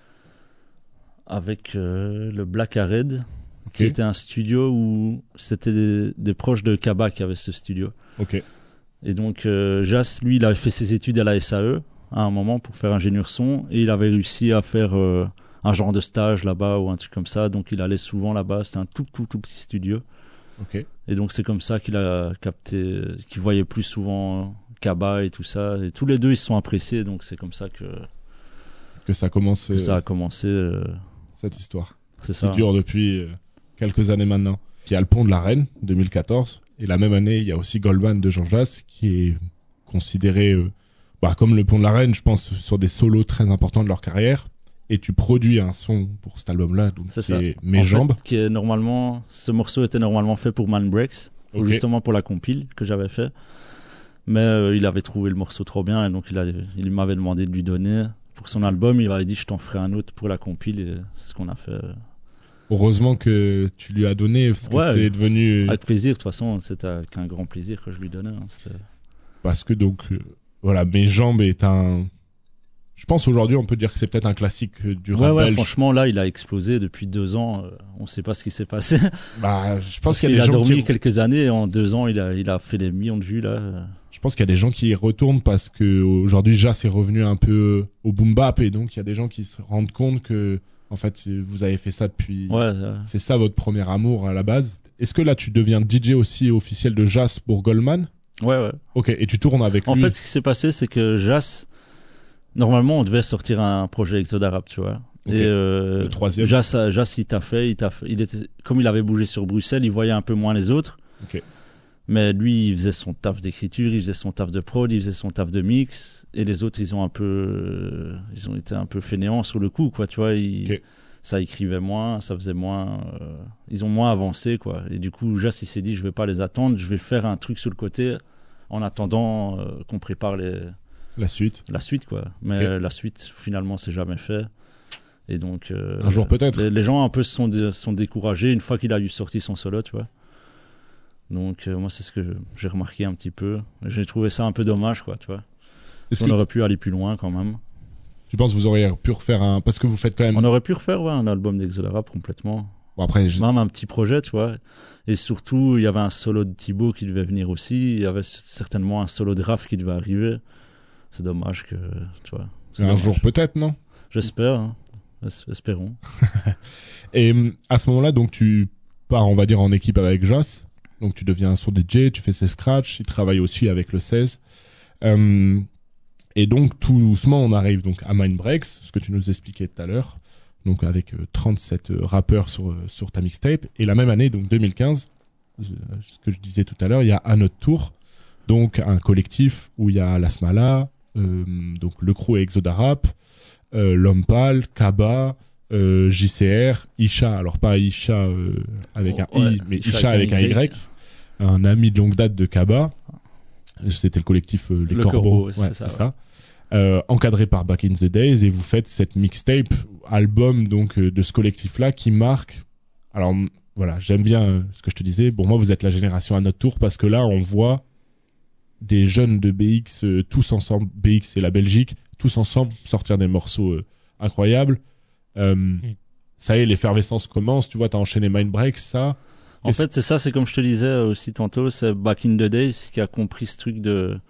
S8: Black Ared, qui était un studio où c'était des proches de Kaba qui avaient ce studio.
S7: Ok.
S8: Et donc Jass, lui, il avait fait ses études à la SAE à un moment pour faire ingénieur son, et il avait réussi à faire un genre de stage là-bas ou un truc comme ça, donc il allait souvent là-bas. C'était un tout petit studio.
S7: Ok.
S8: Et donc c'est comme ça qu'il a capté, qu'il voyait plus souvent Kaba et tout ça, et tous les deux ils se sont appréciés, donc c'est comme ça que
S7: ça commence.
S8: Que ça a commencé
S7: cette histoire.
S8: C'est ça.
S7: Qui dure depuis quelques années maintenant. Il y a le Pont de la Reine 2014, et la même année il y a aussi Goldman de Jean Jass, qui est considéré comme le Pont de la Reine, je pense, sur des solos très importants de leur carrière. Et tu produis un son pour cet album-là, donc c'est Mes Jambes.
S8: Fait, ce morceau était normalement fait pour Man Breaks, justement pour la compile que j'avais fait. Mais il avait trouvé le morceau trop bien, et donc il m'avait demandé de lui donner. pour son album, il m'avait dit je t'en ferai un autre pour la compile, et c'est ce qu'on a fait.
S7: Heureusement que tu lui as donné, parce que c'est devenu...
S8: Avec plaisir, de toute façon, c'était avec un grand plaisir que je lui donnais.
S7: Parce que donc, voilà, Mes Jambes est un... Je pense aujourd'hui, on peut dire que c'est peut-être un classique du rap belge.
S8: Franchement, là, il a explosé depuis 2 ans. On ne sait pas ce qui s'est passé.
S7: Je pense qu'il y a des
S8: gens
S7: dormi
S8: qui... quelques années, et en 2 ans, il a fait des millions de vues, là.
S7: Je pense qu'il y a des gens qui y retournent parce que aujourd'hui, Jas est revenu un peu au boom bap, et donc il y a des gens qui se rendent compte que, en fait, vous avez fait ça depuis... C'est ça votre premier amour à la base. Est-ce que là, tu deviens DJ aussi officiel de Jas pour Goldman?
S8: Ouais.
S7: Ok, et tu tournes avec lui?
S8: En fait, ce qui s'est passé, c'est que Jas... Normalement, on devait sortir un projet Exode Arabe, tu vois.
S7: Okay.
S8: Et
S7: le troisième.
S8: Jas, il t'a fait. Il était, comme il avait bougé sur Bruxelles, il voyait un peu moins les autres.
S7: Okay.
S8: Mais lui, il faisait son taf d'écriture, il faisait son taf de prod, il faisait son taf de mix. Et les autres, ils ont été un peu fainéants sur le coup, quoi. Tu vois, ça écrivait moins, ça faisait moins. Ils ont moins avancé, quoi. Et du coup, Jas, il s'est dit, je vais pas les attendre, je vais faire un truc sur le côté en attendant qu'on prépare la suite, quoi. Mais la suite, finalement, c'est jamais fait. Et donc,
S7: un jour peut-être.
S8: Les gens un peu sont découragés une fois qu'il a eu sorti son solo, tu vois. Donc, moi, c'est ce que j'ai remarqué un petit peu. J'ai trouvé ça un peu dommage, quoi, tu vois. On aurait pu aller plus loin, quand même.
S7: Tu penses que vous auriez pu refaire parce que vous faites quand même...
S8: On aurait pu refaire, un album d'Exode Arabe complètement.
S7: Bon, après,
S8: même un petit projet, tu vois. Et surtout, il y avait un solo de Thibaut qui devait venir aussi. Il y avait certainement un solo de Raph qui devait arriver. C'est dommage que, tu vois.
S7: Un jour peut-être, non?
S8: J'espère, hein. Espérons.
S7: Et à ce moment-là, donc tu pars, on va dire, en équipe avec Jas. Donc tu deviens un son DJ, tu fais ses scratchs, il travaille aussi avec le 16. Et donc tout doucement, on arrive donc à Mindbreaks, ce que tu nous expliquais tout à l'heure. Donc avec 37 rappeurs sur ta mixtape. Et la même année, donc 2015, ce que je disais tout à l'heure, il y a À Notre Tour. Donc un collectif où il y a Lasmala, donc le crew Exode Arabe, L'Homme Pâle, Kaba, JCR, Isha, alors pas Isha avec un I, mais Isha avec un Y, un ami de longue date de Kaba. C'était le collectif Les Corbeaux, c'est ça. Encadré par Back in the Days, et vous faites cette mixtape, album donc de ce collectif-là qui marque. Alors voilà, j'aime bien ce que je te disais. Pour moi, vous êtes la génération À Notre Tour parce que là, on voit des jeunes de BX tous ensemble, BX et la Belgique, tous ensemble sortir des morceaux incroyables. Ça y est, l'effervescence commence. Tu vois, t'as enchaîné Mindbreaks, ça.
S8: En fait, c'est ça, c'est comme je te disais aussi tantôt, c'est Back in the Days qui a compris ce truc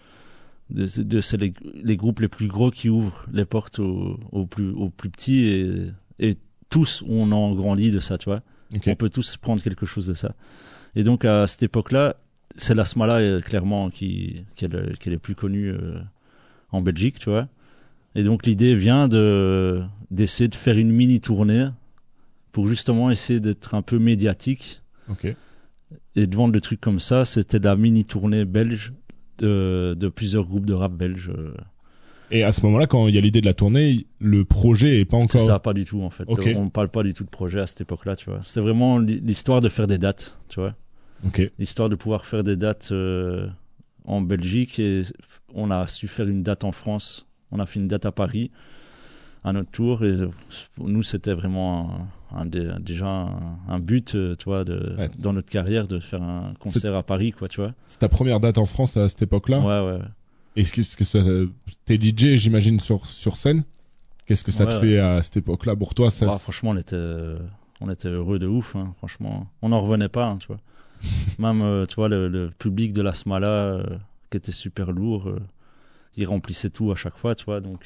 S8: c'est les groupes les plus gros qui ouvrent les portes aux plus petits, et tous on en grandit de ça, tu vois. Okay. On peut tous prendre quelque chose de ça. Et donc à cette époque-là, c'est Lasmala clairement qui est le plus connu en Belgique, tu vois. Et donc l'idée vient d'essayer de faire une mini tournée pour justement essayer d'être un peu médiatique.
S7: Okay.
S8: Et de vendre des trucs comme ça. C'était la mini tournée belge de plusieurs groupes de rap belges.
S7: Et à ce moment-là, quand il y a l'idée de la tournée, le projet est pas encore...
S8: C'est ça, pas du tout en fait.
S7: Okay.
S8: On parle pas du tout de projet à cette époque-là, tu vois. C'était vraiment l'histoire de faire des dates, tu vois.
S7: Okay.
S8: L'histoire de pouvoir faire des dates en Belgique, et on a su faire une date en France. On a fait une date à Paris à notre tour, et pour nous c'était vraiment déjà un but, tu vois, dans notre carrière, de faire un concert à Paris, quoi, tu vois.
S7: C'est ta première date en France à cette époque-là?
S8: Ouais.
S7: Est-ce que t'es DJ, j'imagine, sur scène? Qu'est-ce que ça te fait à cette époque-là pour toi?
S8: Franchement, on était heureux de ouf, hein, franchement. On n'en revenait pas, hein, tu vois. Même, tu vois, le public de Lasmala, qui était super lourd, il remplissait tout à chaque fois, tu vois, donc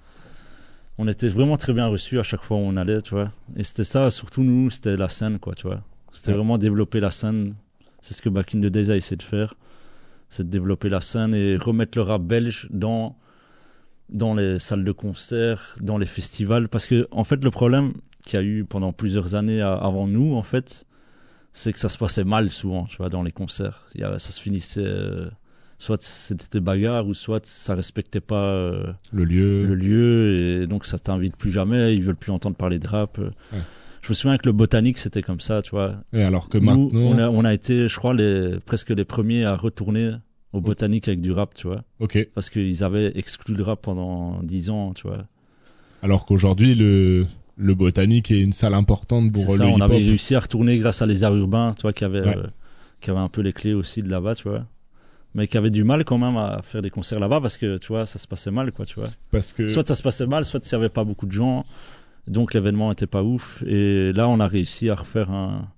S8: on était vraiment très bien reçus à chaque fois où on allait, tu vois. Et c'était ça, surtout nous, c'était la scène, quoi, tu vois. C'était vraiment développer la scène. C'est ce que Back in the Days a essayé de faire. C'est de développer la scène et remettre le rap belge dans les salles de concert, dans les festivals. Parce que, en fait, le problème qu'il y a eu pendant plusieurs années avant nous, en fait, c'est que ça se passait mal souvent, tu vois, dans les concerts. Ça se finissait... soit c'était des bagarres, ou soit ça respectait pas
S7: le lieu,
S8: et donc ça t'invite plus jamais, ils veulent plus entendre parler de rap. Je me souviens que le Botanique, c'était comme ça, tu vois.
S7: Et alors que maintenant...
S8: on a été, je crois, presque les premiers à retourner au Botanique avec du rap, tu vois.
S7: Ok.
S8: Parce qu'ils avaient exclu le rap pendant 10 ans, tu vois.
S7: Alors qu'aujourd'hui, le Botanique est une salle importante pour
S8: c'est
S7: le
S8: ça, on
S7: hip-hop.
S8: avait réussi à retourner grâce à les arts urbains, tu vois, qui avaient un peu les clés aussi de là-bas, tu vois. Mais qui avaient du mal quand même à faire des concerts là-bas parce que, tu vois, ça se passait mal, quoi, tu vois.
S7: Parce que...
S8: Soit ça se passait mal, soit il n'y avait pas beaucoup de gens, donc l'événement était pas ouf. Et là, on a réussi à refaire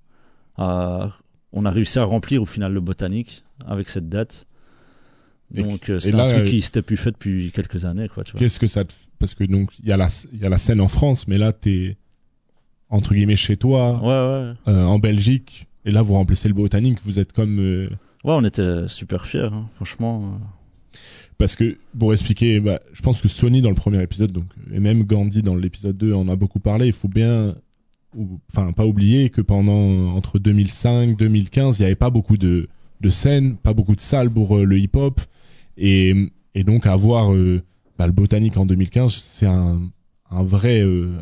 S8: on a réussi à remplir au final le Botanique avec cette date. Donc c'était un truc qui s'était plus fait depuis quelques années, quoi, tu vois.
S7: Qu'est-ce que ça te... Parce que donc il y a la scène en France, mais là t'es entre guillemets chez toi, en Belgique, et là vous remplissez le Botanique, vous êtes comme...
S8: Ouais, on était super fiers, hein, franchement.
S7: Parce que, pour expliquer, je pense que Sony dans le premier épisode, donc, et même Gandhi dans l'épisode 2 en a beaucoup parlé, il faut bien, pas oublier que entre 2005 2015, il n'y avait pas beaucoup de scènes, pas beaucoup de salles pour le hip-hop, et donc avoir le Botanique en 2015, c'est un vrai...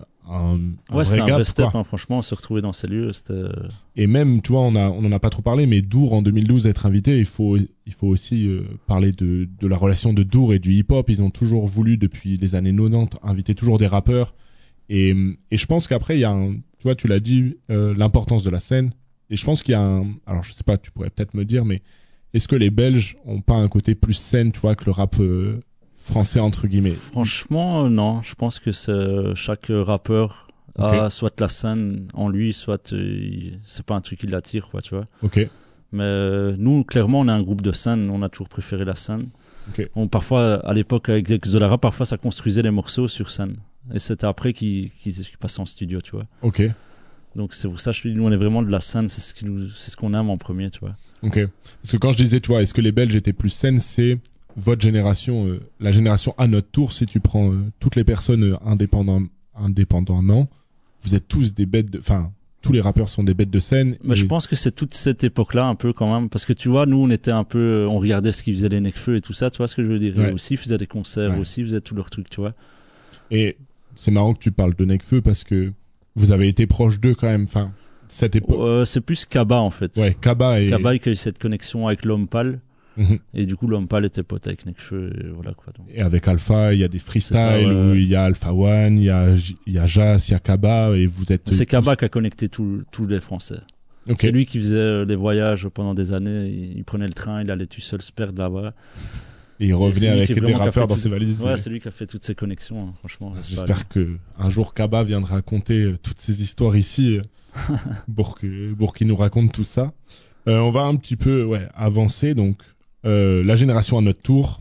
S8: c'était un
S7: gap,
S8: vrai step,
S7: quoi.
S8: hein, franchement, se retrouver dans ces lieux, c'était...
S7: Et même, tu vois, on en a pas trop parlé, mais Dour en 2012 être invité, il faut aussi parler de la relation de Dour et du hip-hop. Ils ont toujours voulu, depuis les années 90, inviter toujours des rappeurs. Et je pense qu'après, il y a tu vois, tu l'as dit, l'importance de la scène. Et je pense qu'il y a alors je sais pas, tu pourrais peut-être me dire, mais est-ce que les Belges ont pas un côté plus scène, tu vois, que le rap français, entre guillemets?
S8: Franchement, non. Je pense que chaque rappeur a soit la scène en lui, soit c'est pas un truc qui l'attire, quoi, tu vois.
S7: Ok.
S8: Mais nous, clairement, on est un groupe de scène. On a toujours préféré la scène.
S7: Ok.
S8: Parfois, à l'époque, avec Exolara, parfois, ça construisait les morceaux sur scène. Et c'était après qu'ils passaient en studio, tu vois.
S7: Ok.
S8: Donc c'est pour ça que je te dis, nous, on est vraiment de la scène. C'est ce qu'on aime en premier, tu vois.
S7: Ok. Parce que quand je disais, tu vois, est-ce que les Belges étaient plus scène, c'est votre génération, la génération à notre tour, si tu prends toutes les personnes indépendamment, vous êtes tous des bêtes tous les rappeurs sont des bêtes de scène.
S8: Mais je pense que c'est toute cette époque-là, un peu, quand même, parce que tu vois, nous, on était un peu, on regardait ce qu'ils faisaient les Necfeu et tout ça, tu vois ce que je veux dire.
S7: Ouais.
S8: Aussi, ils faisaient des concerts, aussi, ils faisaient tous leurs trucs, tu vois.
S7: Et c'est marrant que tu parles de Necfeu parce que vous avez été proche d'eux quand même, cette époque.
S8: C'est plus Kaba, en fait.
S7: Ouais, Kaba, il y a eu
S8: cette connexion avec l'homme pâle. Et du coup, l'homme pâle était pote avec Necfeu, et voilà, quoi. Donc.
S7: Et avec Alpha, il y a des freestyles où il y a Alpha One, il y a Jas, il y a Kaba, et vous êtes...
S8: C'est Kaba qui a connecté tous les Français.
S7: Okay.
S8: C'est lui qui faisait les voyages pendant des années. Il prenait le train, il allait tout seul se perdre là-bas.
S7: Et il revenait avec des rappeurs dans ses valises.
S8: Ouais, c'est lui qui a fait toutes ces connexions, hein, franchement.
S7: J'espère que un jour Kaba viendra raconter toutes ces histoires ici pour qu'il nous raconte tout ça. On va un petit peu avancer, donc la génération à notre tour.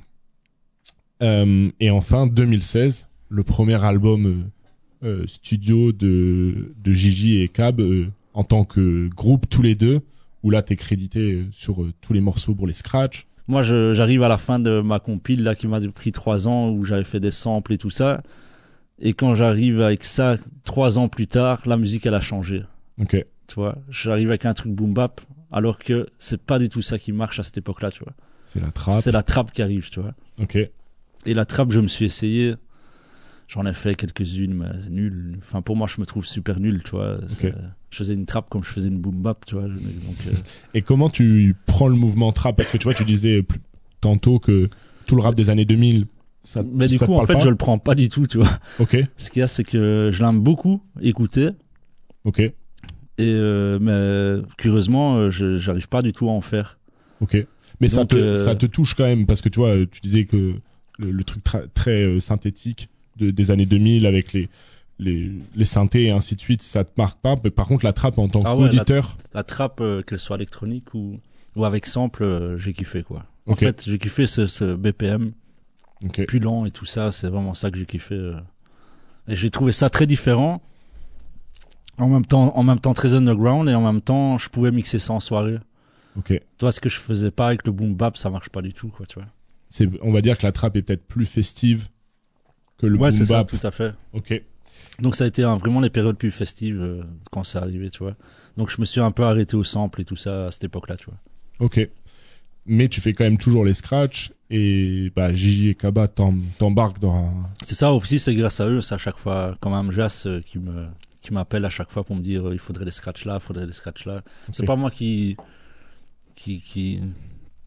S7: Et enfin 2016, le premier album studio de Gigi et Cab en tant que groupe tous les deux, où là t'es crédité sur tous les morceaux pour les scratchs.
S8: Moi, j'arrive à la fin de ma compile là qui m'a pris 3 ans, où j'avais fait des samples et tout ça. Et quand j'arrive avec ça 3 ans plus tard, la musique elle a changé.
S7: Ok.
S8: Tu vois, j'arrive avec un truc boom bap, alors que c'est pas du tout ça qui marche à cette époque-là, tu vois.
S7: C'est la trappe.
S8: C'est la trappe qui arrive, tu vois.
S7: Ok.
S8: Et la trappe, je me suis essayé. J'en ai fait quelques-unes, mais nul. Enfin, pour moi, je me trouve super nul, tu vois. Okay. Je faisais une trappe comme je faisais une boom bap, tu vois. Donc,
S7: Et comment tu prends le mouvement trappe? Parce que tu vois, tu disais tantôt que tout le rap des années 2000,
S8: mais du coup, en fait, je le prends pas du tout, tu vois.
S7: Ok.
S8: Ce qu'il y a, c'est que je l'aime beaucoup écouter.
S7: Ok.
S8: Et mais curieusement, j'arrive pas du tout à en faire.
S7: Ok. Mais donc, ça te touche quand même, parce que tu vois, tu disais que le truc très synthétique des années 2000 avec les synthés et ainsi de suite, ça te marque pas. Mais par contre, la trappe en tant qu'auditeur,
S8: la trappe, qu'elle soit électronique ou avec sample, j'ai kiffé, quoi. En
S7: okay.
S8: fait, j'ai kiffé ce BPM
S7: okay.
S8: plus lent et tout ça. C'est vraiment ça que j'ai kiffé. Et j'ai trouvé ça très différent. En même temps très underground, et en même temps, je pouvais mixer ça en soirée.
S7: Ok.
S8: Toi, ce que je faisais pas avec le boom bap, ça marche pas du tout, quoi, tu vois.
S7: On va dire que la trappe est peut-être plus festive que le boom bap.
S8: Ouais, c'est ça, tout à fait.
S7: Ok.
S8: Donc ça a été vraiment les périodes plus festives quand c'est arrivé, tu vois. Donc je me suis un peu arrêté au sample et tout ça à cette époque-là, tu vois.
S7: Ok. Mais tu fais quand même toujours les scratchs, et Gigi et Kaba t'embarquent dans...
S8: C'est ça aussi, c'est grâce à eux, c'est à chaque fois, quand même Jas qui m'appelle à chaque fois pour me dire il faudrait des scratchs là, il faudrait des scratchs là. Okay. C'est pas moi qui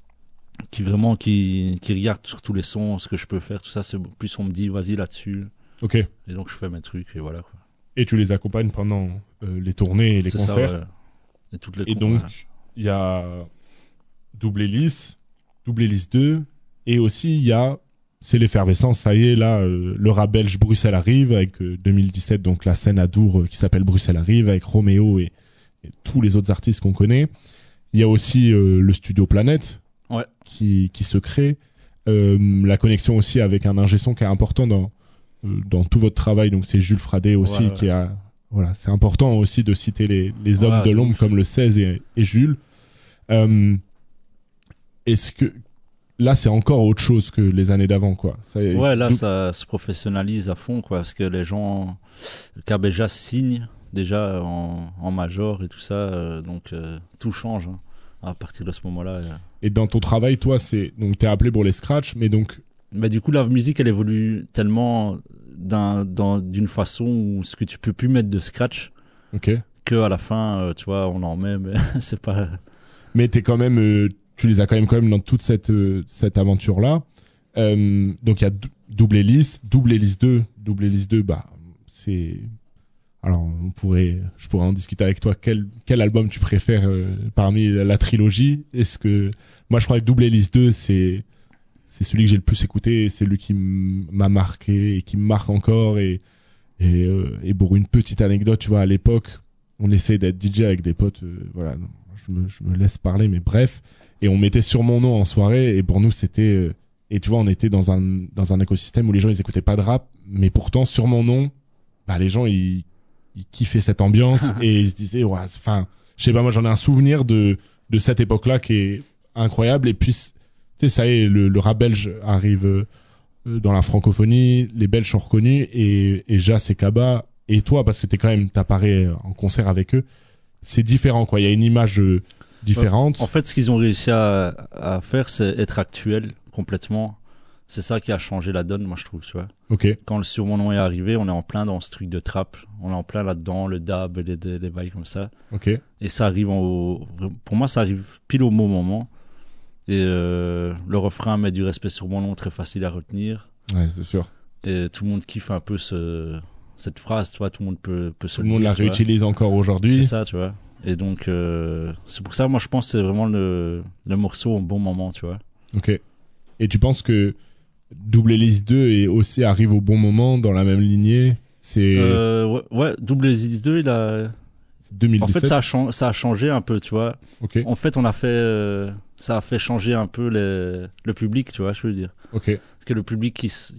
S8: regarde sur tous les sons, ce que je peux faire, tout ça, c'est plus on me dit vas-y là-dessus.
S7: Ok.
S8: Et donc je fais mes trucs et voilà, quoi.
S7: Et tu les accompagnes pendant les tournées et les concerts.
S8: Ça, ouais. Et toutes les
S7: Et donc, il y a Double Hélice 2, et aussi il y a, c'est l'effervescence, ça y est, là, le rap belge Bruxelles arrive, avec 2017, donc la scène à Dour qui s'appelle Bruxelles arrive, avec Roméo et tous les autres artistes qu'on connaît. Il y a aussi le studio Planète,
S8: ouais,
S7: qui se crée. La connexion aussi avec un ingé son qui est important dans tout votre travail, donc c'est Jules Fradet aussi,
S8: ouais.
S7: qui a... Voilà, c'est important aussi de citer les hommes de l'ombre comme le 16 et Jules. Est-ce que là c'est encore autre chose que les années d'avant, quoi?
S8: Ouais, là ça se professionnalise à fond, quoi, parce que les gens Cabéja signent déjà en major et tout ça, donc tout change à partir de ce moment-là.
S7: Et dans ton travail, toi, donc t'es appelé pour les scratchs, mais donc...
S8: Mais du coup, la musique, elle évolue tellement d'une façon où ce que tu peux plus mettre de scratch, que à la fin, tu vois, on en met, mais c'est pas...
S7: Mais t'es quand même... tu les as quand même dans toute cette aventure-là. Donc il y a Double Hélice 2. Double Hélice 2, bah, c'est... Alors, je pourrais en discuter avec toi. Quel album tu préfères parmi la trilogie? Est-ce que... Moi, je crois que Double Hélice 2, c'est celui que j'ai le plus écouté, c'est celui qui m'a marqué et qui me marque encore. Et pour une petite anecdote, tu vois, à l'époque, on essayait d'être DJ avec des potes, voilà, non, je me laisse parler, mais bref, et on mettait Sur mon nom en soirée, et pour nous c'était, et tu vois, on était dans un écosystème où les gens ils écoutaient pas de rap, mais pourtant Sur mon nom, bah les gens ils kiffaient cette ambiance et ils se disaient, ouais, enfin, je sais pas, moi j'en ai un souvenir de cette époque-là qui est incroyable. Et puis tu sais, ça y est, le rap belge arrive dans la francophonie, les Belges sont reconnus, et Jas et Kaba, et toi, parce que t'apparais en concert avec eux, c'est différent, quoi. Il y a une image différente.
S8: En fait, ce qu'ils ont réussi à faire, c'est être actuel complètement. C'est ça qui a changé la donne, moi, je trouve, tu vois.
S7: Ok.
S8: Quand le Sur mon nom est arrivé, on est en plein dans ce truc de trap. On est en plein là-dedans, le dab, les bails comme ça.
S7: Ok.
S8: Et ça arrive pour moi, ça arrive pile au bon moment. Et le refrain met du respect sur mon nom, très facile à retenir.
S7: Ouais, c'est sûr.
S8: Et tout le monde kiffe un peu cette phrase, tu vois. Tout le monde peut se
S7: Tout le monde la réutilise encore aujourd'hui.
S8: C'est ça, tu vois. Et donc, c'est pour ça, moi, je pense que c'est vraiment le morceau au bon moment, tu vois.
S7: Ok. Et tu penses que Double Hélice 2 aussi arrive au bon moment, dans la même lignée? C'est...
S8: ouais, Double Hélice 2, il a...
S7: 2017.
S8: En fait, ça a changé un peu, tu vois.
S7: Ok.
S8: En fait, ça a fait changer un peu le public, tu vois, je veux dire.
S7: Ok.
S8: Parce que le public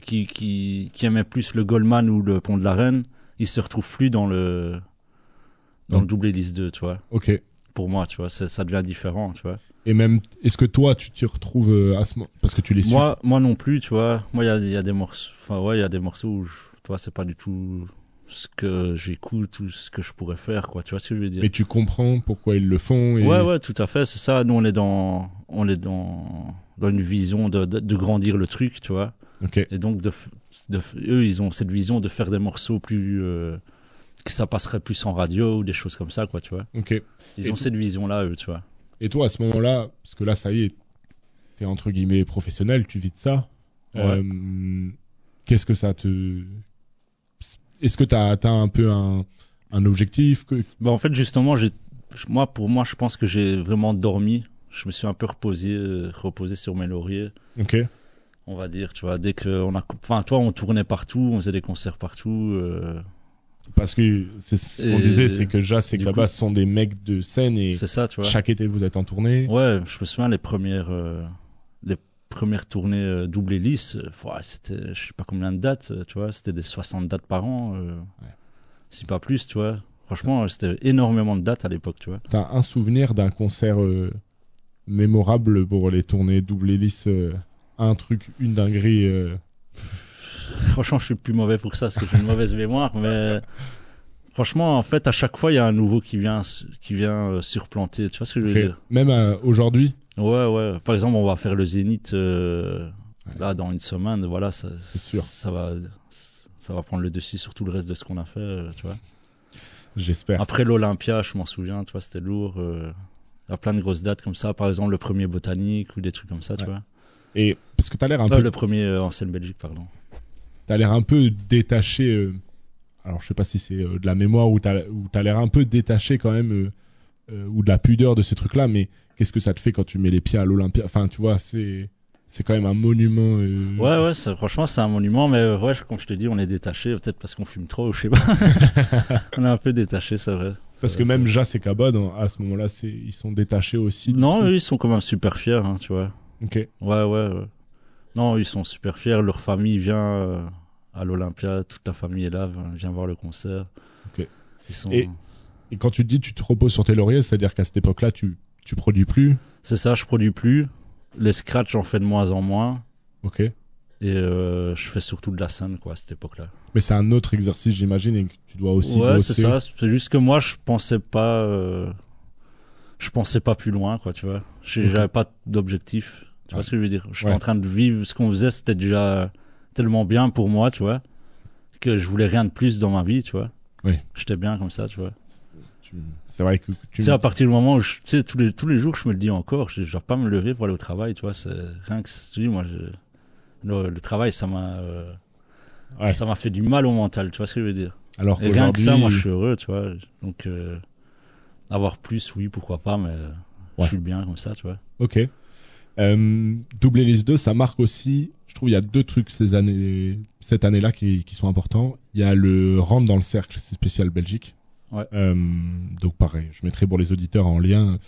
S8: qui aimait plus le Goldman ou le Pont de la Reine, il se retrouve plus dans le Double Hélice 2, tu vois.
S7: Ok.
S8: Pour moi, tu vois, ça devient différent, tu vois.
S7: Et même, est-ce que toi, tu t'y retrouves à ce moment, parce que tu les suis?
S8: Moi non plus, tu vois. Moi, il y a des morceaux, il y a des morceaux où, tu vois, c'est pas du tout ce que j'écoute ou ce que je pourrais faire, quoi. Tu vois ce que je veux dire?
S7: Mais tu comprends pourquoi ils le font. Et...
S8: Ouais, tout à fait, c'est ça. Nous, on est dans une vision de grandir le truc, tu vois.
S7: Ok.
S8: Et donc, eux, ils ont cette vision de faire des morceaux plus, que ça passerait plus en radio ou des choses comme ça, quoi, tu vois.
S7: Ok.
S8: Ils ont cette vision-là, eux, tu vois.
S7: Et toi, à ce moment-là, parce que là, ça y est, t'es entre guillemets professionnel, tu vis de ça.
S8: Ouais.
S7: Qu'est-ce que ça te... Est-ce que t'as un peu un objectif que...
S8: Bah, en fait, justement, pour moi, je pense que j'ai vraiment dormi. Je me suis un peu reposé sur mes lauriers.
S7: Ok.
S8: On va dire, tu vois, on tournait partout, on faisait des concerts partout.
S7: Parce que c'est ce qu'on disait, c'est que Jas et Kaba sont des mecs de scène, et
S8: c'est ça, tu vois.
S7: Chaque été vous êtes en tournée.
S8: Ouais, je me souviens les premières tournées Double Hélice, c'était je sais pas combien de dates, tu vois, c'était des 60 dates par an, si pas plus, tu vois. Franchement, c'était énormément de dates à l'époque, tu vois.
S7: T'as un souvenir d'un concert mémorable pour les tournées Double Hélice, un truc, une dinguerie
S8: Franchement, je suis plus mauvais pour ça parce que j'ai une mauvaise mémoire, mais franchement, en fait, à chaque fois, il y a un nouveau qui vient surplanter. Tu vois ce que je veux dire?
S7: Même aujourd'hui?
S8: Ouais. Par exemple, on va faire le Zénith là dans une semaine. Voilà, c'est sûr. Ça va prendre le dessus sur tout le reste de ce qu'on a fait, tu vois.
S7: J'espère.
S8: Après l'Olympia, je m'en souviens, tu vois, c'était lourd. Il y a plein de grosses dates comme ça. Par exemple, le premier Botanique ou des trucs comme ça, tu vois.
S7: Et parce que t'as l'air un peu...
S8: Le premier en scène Belgique, pardon.
S7: t'as l'air un peu détaché. Alors, je sais pas si c'est de la mémoire ou t'as l'air un peu détaché quand même, ou de la pudeur de ces trucs-là, mais qu'est-ce que ça te fait quand tu mets les pieds à l'Olympia? Enfin, tu vois, c'est quand même un monument.
S8: Ouais, franchement, c'est un monument, mais ouais, comme je te dis, on est détaché, peut-être parce qu'on fume trop, je sais pas. On est un peu détaché, c'est vrai.
S7: Parce que même Jas et Kabod, à ce moment-là, ils sont détachés aussi.
S8: Non, eux, ils sont quand même super fiers, hein, tu vois.
S7: Ok.
S8: Ouais. Non, ils sont super fiers, leur famille vient à l'Olympia, toute la famille est là, vient voir le concert.
S7: Ok.
S8: Ils sont...
S7: Et quand tu te dis tu te reposes sur tes lauriers, c'est-à-dire qu'à cette époque-là, tu produis plus?
S8: C'est ça, je produis plus. Les scratchs, j'en fais de moins en moins.
S7: Ok.
S8: Et je fais surtout de la scène, quoi, à cette époque-là.
S7: Mais c'est un autre exercice, j'imagine, et que tu dois aussi
S8: bosser. Ouais,
S7: c'est
S8: ça. C'est juste que moi, je pensais pas plus loin, quoi, tu vois. J'avais pas d'objectif. Tu vois ce que je veux dire? J'étais en train de vivre ce qu'on faisait, c'était déjà tellement bien pour moi, tu vois, que je voulais rien de plus dans ma vie, tu vois.
S7: Oui.
S8: J'étais bien comme ça, tu vois.
S7: C'est vrai que
S8: tu sais, à partir du moment où tu sais, tous les jours, je me le dis encore, je dois pas me lever pour aller au travail, tu vois, c'est rien que, je te dis, moi, le travail, ça m'a fait du mal au mental, tu vois ce que je veux dire.
S7: Alors
S8: et rien que ça, moi, je suis heureux, tu vois. Donc, avoir plus, oui, pourquoi pas, mais je suis bien comme ça, tu vois.
S7: Ok. Double Hélice 2, ça marque aussi, je trouve, il y a deux trucs cette année-là qui sont importants. Il y a le Rentre dans le cercle, c'est spécial Belgique.
S8: Ouais.
S7: Donc pareil, je mettrai pour les auditeurs en lien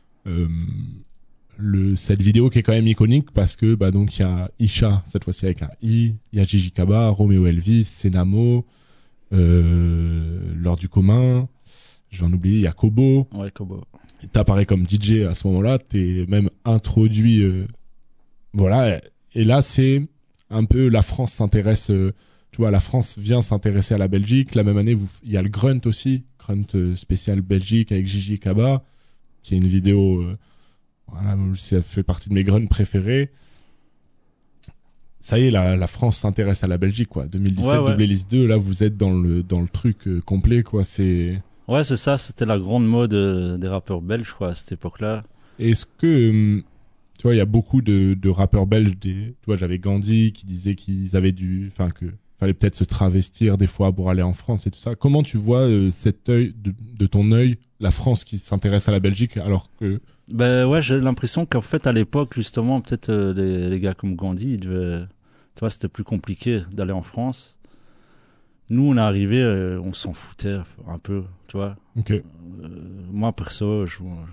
S7: cette vidéo qui est quand même iconique parce que donc il y a Isha cette fois-ci avec un I, il y a Gigi Kaba, Roméo Elvis, Senamo, L'Heure du commun, je vais en oublier, il y a Kobo.
S8: Ouais, Kobo.
S7: T'apparais comme DJ à ce moment-là, t'es même introduit, voilà. Et là c'est un peu la France s'intéresse. Tu vois, la France vient s'intéresser à la Belgique. La même année, il y a le Grunt aussi, Grunt spécial Belgique avec Gigi Kaba, qui est une vidéo, voilà, ça fait partie de mes grunts préférés. Ça y est, la France s'intéresse à la Belgique, quoi. 2017, Double Hélice 2, là, vous êtes dans le truc complet, quoi.
S8: Ouais, c'est ça, c'était la grande mode des rappeurs belges, quoi, à cette époque-là.
S7: Est-ce que, tu vois, il y a beaucoup de rappeurs belges, tu vois, j'avais Gandhi qui disait qu'ils avaient fallait peut-être se travestir des fois pour aller en France et tout ça. Comment tu vois cet œil de ton œil, la France qui s'intéresse à la Belgique alors que...
S8: Ben ouais, j'ai l'impression qu'en fait à l'époque justement peut-être les gars comme Gandhi, tu vois, c'était plus compliqué d'aller en France. Nous on est arrivé, on s'en foutait un peu, tu vois.
S7: Ok.
S8: Moi perso,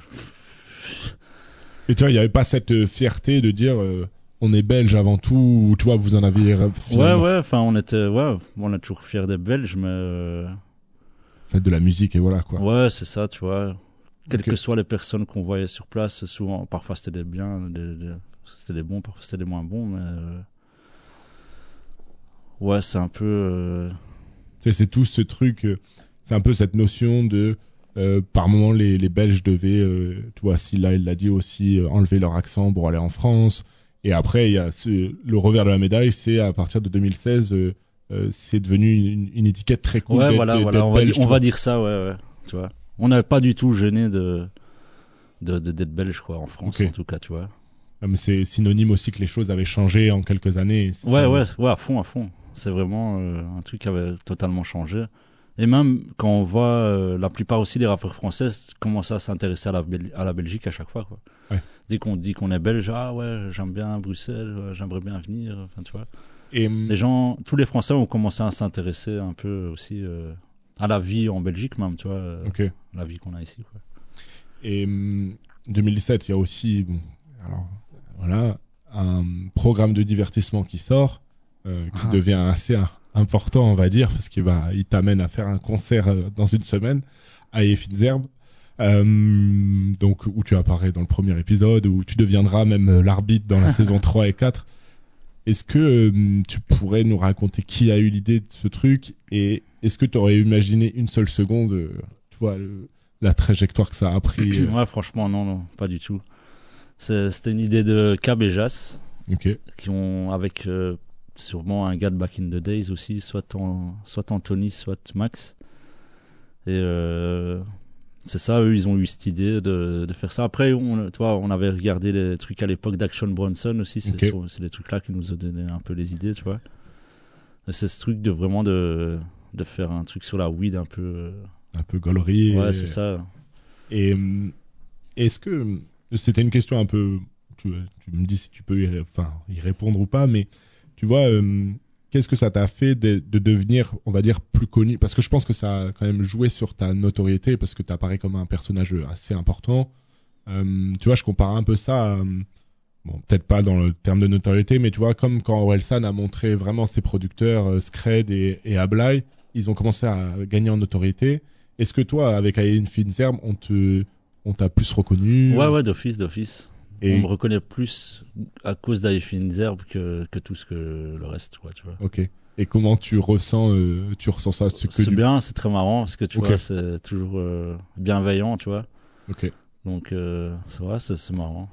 S7: Et tu vois, il y avait pas cette fierté de dire on est belge avant tout, ou tu vois, vous en aviez...
S8: Ouais, enfin, on est toujours fiers des Belges, mais...
S7: Faites de la musique et voilà, quoi.
S8: Ouais, c'est ça, tu vois. Quelles que soient les personnes qu'on voyait sur place, souvent, parfois c'était des biens, c'était des bons, parfois c'était des moins bons, mais... Ouais, c'est un peu...
S7: Tu sais, c'est tout ce truc, c'est un peu cette notion de... par moment, les Belges devaient, tu vois, Silla, il l'a dit aussi, enlever leur accent pour aller en France. Et après, il y a le revers de la médaille, c'est à partir de 2016, c'est devenu une étiquette très cool.
S8: Ouais, voilà, on va dire ça, ouais, tu vois. On n'a pas du tout gêné d'être belge, quoi, en France, en tout cas, tu vois.
S7: Mais c'est synonyme aussi que les choses avaient changé en quelques années.
S8: Ouais, à fond. C'est vraiment un truc qui avait totalement changé. Et même quand on voit la plupart aussi des rappeurs français commencer à s'intéresser à la Belgique à chaque fois, quoi.
S7: Ouais.
S8: Dès qu'on dit qu'on est belge, ah ouais, j'aime bien Bruxelles, j'aimerais bien venir, enfin tu vois.
S7: Et
S8: tous les Français ont commencé à s'intéresser un peu aussi à la vie en Belgique même, tu vois, la vie qu'on a ici, quoi.
S7: Et 2017, il y a aussi, alors voilà, un programme de divertissement qui sort, qui devient assez important, on va dire, parce qu'il t'amène à faire un concert dans une semaine à Effinzerbe, donc où tu apparais dans le premier épisode, où tu deviendras même l'arbitre dans la saison 3 et 4. Est-ce que tu pourrais nous raconter qui a eu l'idée de ce truc, et est-ce que tu aurais imaginé une seule seconde, tu vois, la trajectoire que ça a pris?
S8: Ouais, franchement, non, pas du tout. C'était une idée de Cab et Jas, qui ont, avec sûrement un gars de Back in the Days aussi, soit Anthony, soit Max. Et c'est ça, eux, ils ont eu cette idée de faire ça. Après, on avait regardé les trucs à l'époque d'Action Bronson aussi. C'est les trucs-là qui nous ont donné un peu les idées, tu vois. Et c'est ce truc de vraiment de faire un truc sur la weed un peu
S7: gaulerie.
S8: Ouais, c'est ça.
S7: Et est-ce que c'était une question un peu, tu me dis si tu peux y répondre ou pas, mais tu vois, qu'est-ce que ça t'a fait de devenir, on va dire, plus connu? Parce que je pense que ça a quand même joué sur ta notoriété, parce que t'apparais comme un personnage assez important. Tu vois, je compare un peu ça à, bon, peut-être pas dans le terme de notoriété, mais tu vois, comme quand Orelsan a montré vraiment ses producteurs, Scred et Ablai, ils ont commencé à gagner en notoriété. Est-ce que toi, avec Aïe Finzerbe, on t'a plus reconnu?
S8: Ouais, d'office. Et on me reconnaît plus à cause d'Aïe Finzerbe que tout ce que le reste, quoi, tu vois.
S7: Ok. Et comment tu ressens ça?
S8: C'est bien, c'est très marrant, parce que tu vois, c'est toujours bienveillant, tu vois.
S7: Ok.
S8: Donc, c'est vrai, c'est marrant.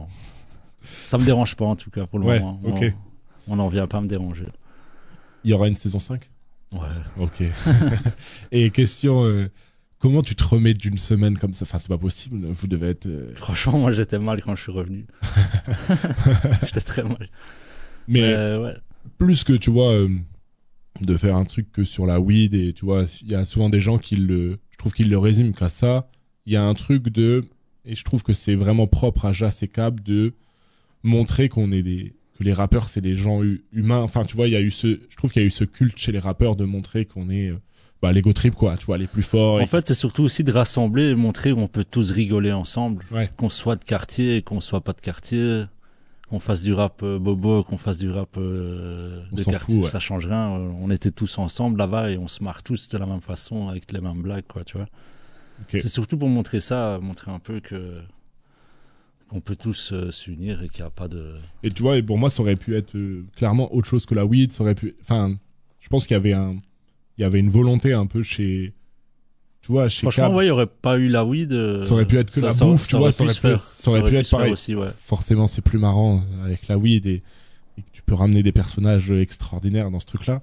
S8: Ça me dérange pas, en tout cas, pour le moment.
S7: Ok.
S8: On n'en vient pas à me déranger.
S7: Il y aura une saison 5?
S8: Ouais.
S7: Ok. Et question, comment tu te remets d'une semaine comme ça? Enfin, c'est pas possible, vous devez être...
S8: Franchement, moi, j'étais mal quand je suis revenu. J'étais très mal.
S7: Mais
S8: ouais.
S7: Plus que, tu vois, de faire un truc que sur la weed, et tu vois, il y a souvent des gens je trouve qu'ils le résument qu'à ça. Il y a un truc et je trouve que c'est vraiment propre à Jas et Cab de montrer que les rappeurs, c'est des gens humains. Enfin, tu vois, je trouve qu'il y a eu ce culte chez les rappeurs de montrer qu'on est, l'ego trip, quoi, tu vois, les plus forts.
S8: En fait, c'est surtout aussi de rassembler et montrer qu'on peut tous rigoler ensemble.
S7: Ouais.
S8: Qu'on soit de quartier, qu'on soit pas de quartier, qu'on fasse du rap bobo, qu'on fasse du rap de quartier. Ça change rien. On était tous ensemble là-bas et on se marre tous de la même façon avec les mêmes blagues, quoi, tu vois. Okay. C'est surtout pour montrer ça, montrer un peu qu'on peut tous s'unir et qu'il n'y a pas de...
S7: Et tu vois, et pour moi, ça aurait pu être clairement autre chose que la weed. Ça aurait pu... Enfin, je pense qu'il y avait une volonté un peu chez... Tu vois, chez
S8: franchement,
S7: Cab.
S8: Ouais, il n'y aurait pas eu la weed.
S7: Ça aurait pu être que la bouffe, tu vois. Ça aurait pu être pareil.
S8: Aussi, ouais.
S7: Forcément, c'est plus marrant avec la weed et que tu peux ramener des personnages extraordinaires dans ce truc-là.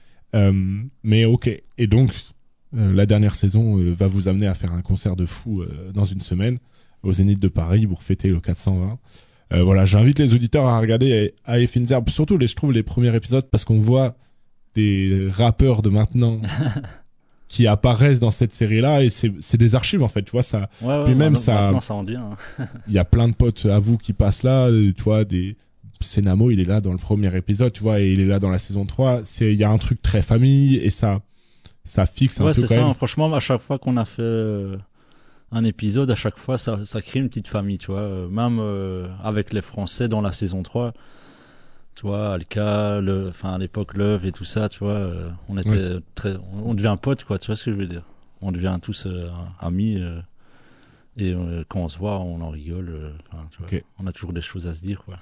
S7: Mais ok. Et donc, la dernière saison va vous amener à faire un concert de fou dans une semaine au Zénith de Paris pour fêter le 420. Voilà, j'invite les auditeurs à regarder Aïe Finzerbe, surtout je trouve les premiers épisodes, parce qu'on voit des rappeurs de maintenant qui apparaissent dans cette série-là, et c'est des archives en fait, tu vois ça.
S8: Ouais,
S7: puis même ça
S8: en dit.
S7: Il y a plein de potes à vous qui passent là, tu vois, Senamo, il est là dans le premier épisode, tu vois, et il est là dans la saison 3. Il y a un truc très famille, et ça fixe un peu quand même. Ouais, c'est ça.
S8: Franchement, à chaque fois qu'on a fait un épisode, à chaque fois, ça crée une petite famille, tu vois. Même avec les Français dans la saison 3, tu vois, Alka, à l'époque, Love et tout ça, tu vois, on était on devient potes, quoi, tu vois ce que je veux dire. On devient tous amis, et quand on se voit, on en rigole, tu vois, on a toujours des choses à se dire, quoi.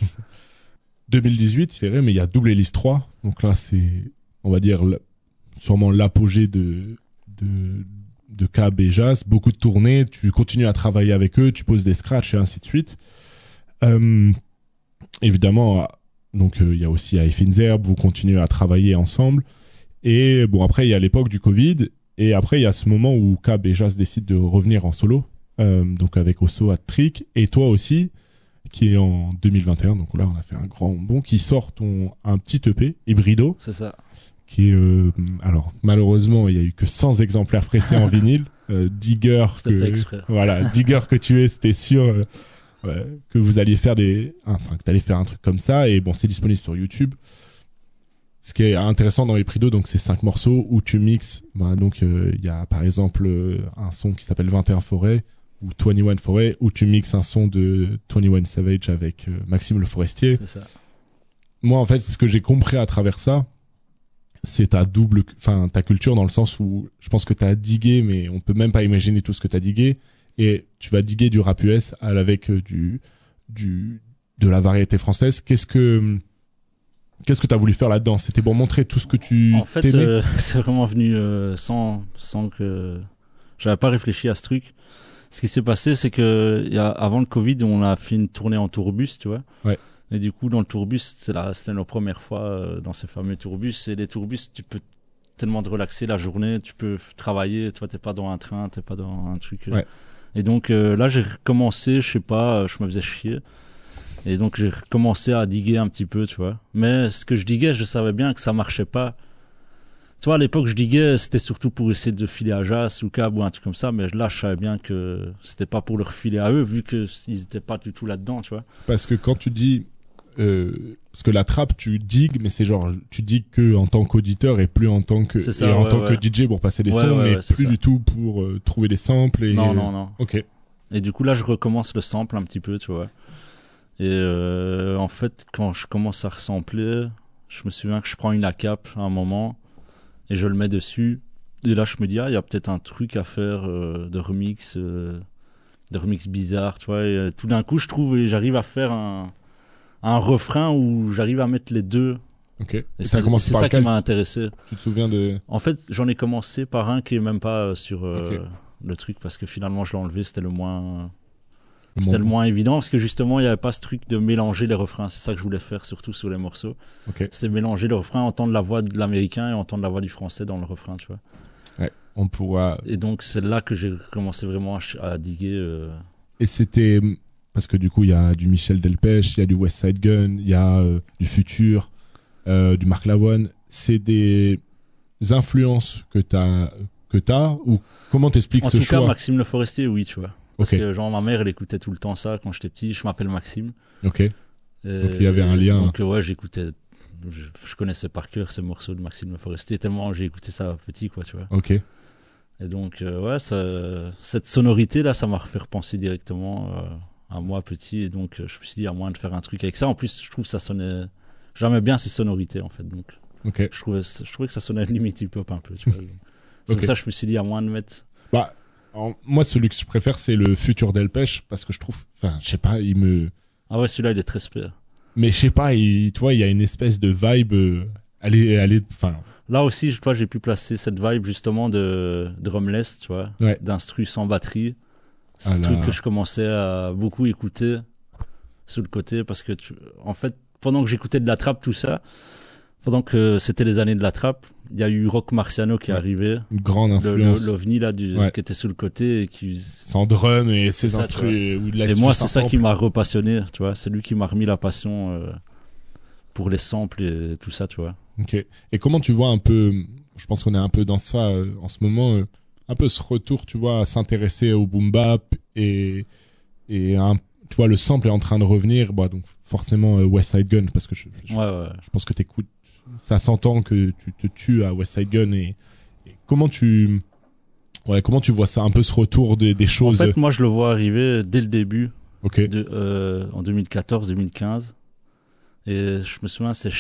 S7: 2018, c'est vrai, mais il y a Double Hélice 3, donc là, c'est, on va dire, sûrement l'apogée de Cab et Jas, beaucoup de tournées, tu continues à travailler avec eux, tu poses des scratchs et ainsi de suite. Évidemment, donc il y a aussi Aïe Finzerbe, vous continuez à travailler ensemble. Et bon, après il y a l'époque du Covid, et après il y a ce moment où Cab et Jas décident de revenir en solo, donc avec Osso Hat Trick, et toi aussi, qui est en 2021, donc là on a fait un grand bond, qui sort un petit EP, Hybrido.
S8: C'est ça.
S7: Qui est, alors malheureusement il y a eu que 100 exemplaires pressés en vinyle. Digger que tu es, c'était sûr que vous alliez faire que t'allais faire un truc comme ça, et bon, c'est disponible sur YouTube. Ce qui est intéressant dans Hybrido, donc c'est 5 morceaux où tu mixes, donc il y a par exemple un son qui s'appelle 21 Forêt ou 21 Forêt, où tu mixes un son de 21 Savage avec Maxime Le Forestier.
S8: C'est ça.
S7: Moi en fait, ce que j'ai compris à travers ça, c'est ta culture, dans le sens où je pense que t'as digué, mais on peut même pas imaginer tout ce que t'as digué, et tu vas diguer du rap US avec de la variété française. Qu'est-ce que t'as voulu faire là-dedans? C'était pour montrer tout ce que tu
S8: En fait, c'est vraiment venu sans que j'avais pas réfléchi à ce truc. Ce qui s'est passé, c'est que avant le Covid, on a fait une tournée en tourbus, tu vois.
S7: Ouais.
S8: Et du coup, dans le tourbus, c'était nos premières fois dans ces fameux tourbus. Et les tourbus, tu peux tellement te relaxer la journée, tu peux travailler. Toi, t'es pas dans un train, t'es pas dans un truc.
S7: Ouais.
S8: Et donc là, j'ai recommencé, je sais pas, je me faisais chier. Et donc j'ai recommencé à diguer un petit peu, tu vois. Mais ce que je diguais, je savais bien que ça marchait pas. Tu vois, à l'époque, je diguais, c'était surtout pour essayer de filer à Jas ou Cab ou un truc comme ça, mais là, je savais bien que c'était pas pour leur filer à eux, vu qu'ils étaient pas du tout là-dedans, tu vois.
S7: Parce que quand tu dis, parce que la trappe, tu digues, mais c'est genre, tu digues que en tant qu'auditeur et plus en tant que,
S8: ça,
S7: et en tant que DJ pour passer des sons, mais plus du tout pour trouver des samples et...
S8: Non.
S7: Ok.
S8: Et du coup, là, je recommence le sample un petit peu, tu vois. Et en fait, quand je commence à resampler, je me souviens que je prends une ACAP à un moment et je le mets dessus. Et là, je me dis, il y a peut-être un truc à faire de remix bizarre, tu vois. Et tout d'un coup, je trouve et j'arrive à faire un refrain où j'arrive à mettre les deux.
S7: Ok. Et
S8: c'est ça qui m'a intéressé.
S7: Tu te souviens de...
S8: En fait, j'en ai commencé par un qui est même pas sur le truc parce que finalement, je l'ai enlevé. C'était le moins évident parce que justement, il y avait pas ce truc de mélanger les refrains. C'est ça que je voulais faire surtout sur les morceaux.
S7: Okay.
S8: C'est mélanger le refrain, entendre la voix de l'américain et entendre la voix du français dans le refrain, tu vois.
S7: Ouais. On pourra.
S8: Et donc c'est là que j'ai commencé vraiment à diguer.
S7: Et c'était parce que du coup il y a du Michel Delpech, il y a du West Side Gun, il y a du Futur, du Marc Lavoine. C'est des influences que t'as ou comment t'expliques ce choix?
S8: En tout cas, Maxime Le Forestier, oui, tu vois. Parce que genre ma mère elle écoutait tout le temps ça quand j'étais petit. Je m'appelle Maxime.
S7: Ok. Donc il y avait un lien.
S8: Donc ouais, j'écoutais. Je connaissais par cœur ces morceaux de Maxime Le Forestier tellement j'ai écouté ça petit, quoi, tu vois.
S7: Ok.
S8: Et donc ouais, cette sonorité là, ça m'a refait repenser directement à moi petit. Et donc je me suis dit il y a moyen de faire un truc avec ça. En plus, je trouve que ça sonnait. J'aimais bien ces sonorités en fait. Donc je trouvais que ça sonnait limite hip-hop un peu, tu vois. C'est pour ça que je me suis dit il y a moyen de mettre.
S7: Bah. Moi, celui que je préfère, c'est le Futur Delpech, parce que je trouve, enfin, je sais pas, il me...
S8: Ah ouais, celui-là, il est très spé.
S7: Mais je sais pas, tu vois, il y a une espèce de vibe, enfin...
S8: Là aussi, tu vois, j'ai pu placer cette vibe, justement, de drumless, tu vois, d'instru sans batterie. C'est un truc que je commençais à beaucoup écouter sur le côté, parce que, en fait, pendant que j'écoutais de la trappe, tout ça, pendant que c'était les années de la trappe, il y a eu Rock Marciano qui est arrivé.
S7: Une grande influence.
S8: L'ovni là qui était sur le côté et qui...
S7: Sans drum et ses instruments.
S8: Et moi, c'est ça qui m'a repassionné, tu vois. C'est lui qui m'a remis la passion pour les samples et tout ça, tu vois.
S7: Ok. Et comment tu vois un peu, je pense qu'on est un peu dans ça en ce moment, un peu ce retour, tu vois, à s'intéresser au boom bap et tu vois, le sample est en train de revenir. Bah, donc forcément West Side Gun, parce que je pense que t'écoutes. Ça s'entend que tu te tues à West Side Gun et comment tu vois ça, un peu ce retour des choses.
S8: En fait, moi, je le vois arriver dès le début, en 2014-2015. Et je me souviens, c'est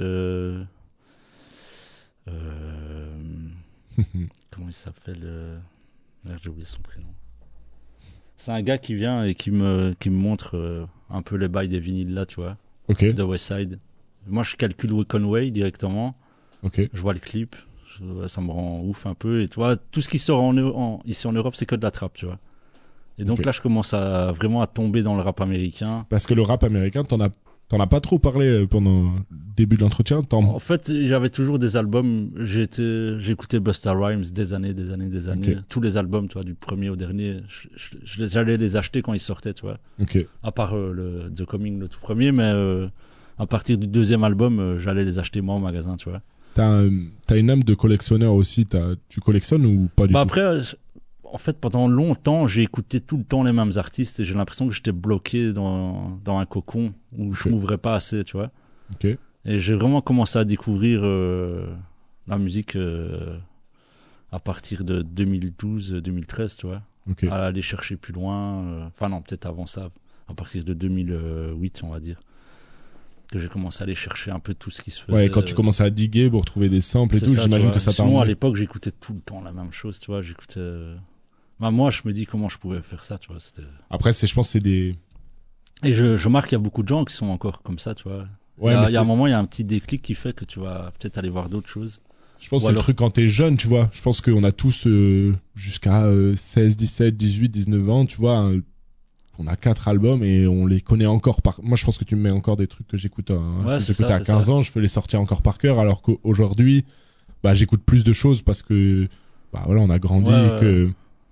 S8: comment il s'appelle j'ai oublié son prénom. C'est un gars qui vient et qui me montre un peu les bails des vinyles là, tu vois, de West Side. Moi, je calcule Conway directement. Je vois le clip. Ça me rend ouf un peu. Et tu vois, tout ce qui sort ici en Europe, c'est que de la trappe, tu vois. Et donc là, je commence vraiment à tomber dans le rap américain.
S7: Parce que le rap américain, t'en as pas trop parlé pendant le début de l'entretien. En
S8: fait, j'avais toujours des albums. J'écoutais Busta Rhymes des années. Tous les albums, tu vois, du premier au dernier. J'allais les acheter quand ils sortaient, tu vois. À part le The Coming, le tout premier, mais... à partir du deuxième album, j'allais les acheter moi au magasin, tu vois.
S7: T'as une âme de collectionneur aussi. Tu collectionnes ou pas du tout?
S8: Après, en fait, pendant longtemps, j'ai écouté tout le temps les mêmes artistes et j'ai l'impression que j'étais bloqué dans un cocon où je m'ouvrais pas assez, tu vois. Et j'ai vraiment commencé à découvrir la musique à partir de 2012-2013, tu vois. À aller chercher plus loin. Enfin non, peut-être avant ça, à partir de 2008, on va dire. Que j'ai commencé à aller chercher un peu tout ce qui se faisait.
S7: Ouais, quand tu commençais à diguer pour trouver des samples et tout, j'imagine que ça t'a
S8: rendu. À l'époque, j'écoutais tout le temps la même chose, tu vois. J'écoutais. Moi, je me dis comment je pouvais faire ça, tu vois.
S7: Après, je pense que c'est des.
S8: Et je remarque qu'il y a beaucoup de gens qui sont encore comme ça, tu vois.
S7: Ouais,
S8: il y a un moment, il y a un petit déclic qui fait que tu vas peut-être aller voir d'autres choses.
S7: Je pense que c'est le truc quand t'es jeune, tu vois. Je pense qu'on a tous jusqu'à 16, 17, 18, 19 ans, tu vois. On a 4 albums et on les connaît encore moi, je pense que tu me mets encore des trucs que j'écoute à 15 ans, je peux les sortir encore par cœur, alors qu'aujourd'hui, j'écoute plus de choses parce que, voilà, on a grandi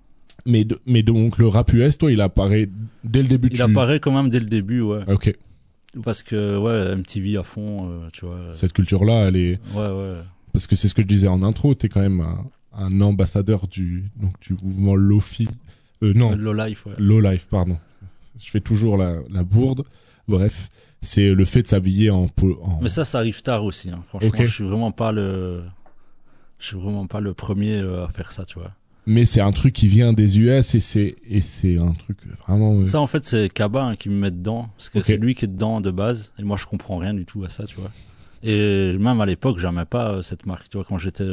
S7: Mais donc, le rap US, toi, il apparaît dès le début.
S8: Il apparaît quand même dès le début, ouais.
S7: Ok.
S8: parce que ouais, MTV à fond, tu vois.
S7: Cette culture-là, elle est...
S8: Ouais.
S7: Parce que c'est ce que je disais en intro, t'es quand même un ambassadeur du mouvement Lo-Fi.
S8: Low Life, ouais.
S7: Low Life, pardon. Je fais toujours la bourde. Bref, c'est le fait de s'habiller en...
S8: Mais ça arrive tard aussi, hein. Franchement,
S7: Okay.
S8: je suis vraiment pas le premier à faire ça, tu vois.
S7: Mais c'est un truc qui vient des US et c'est un truc vraiment...
S8: Ça, en fait, c'est Kaba, hein, qui me met dedans. Parce que
S7: Ok.
S8: c'est lui qui est dedans de base. Et moi, je comprends rien du tout à ça, tu vois. Et même à l'époque, j'aimais pas cette marque. Tu vois, quand j'étais,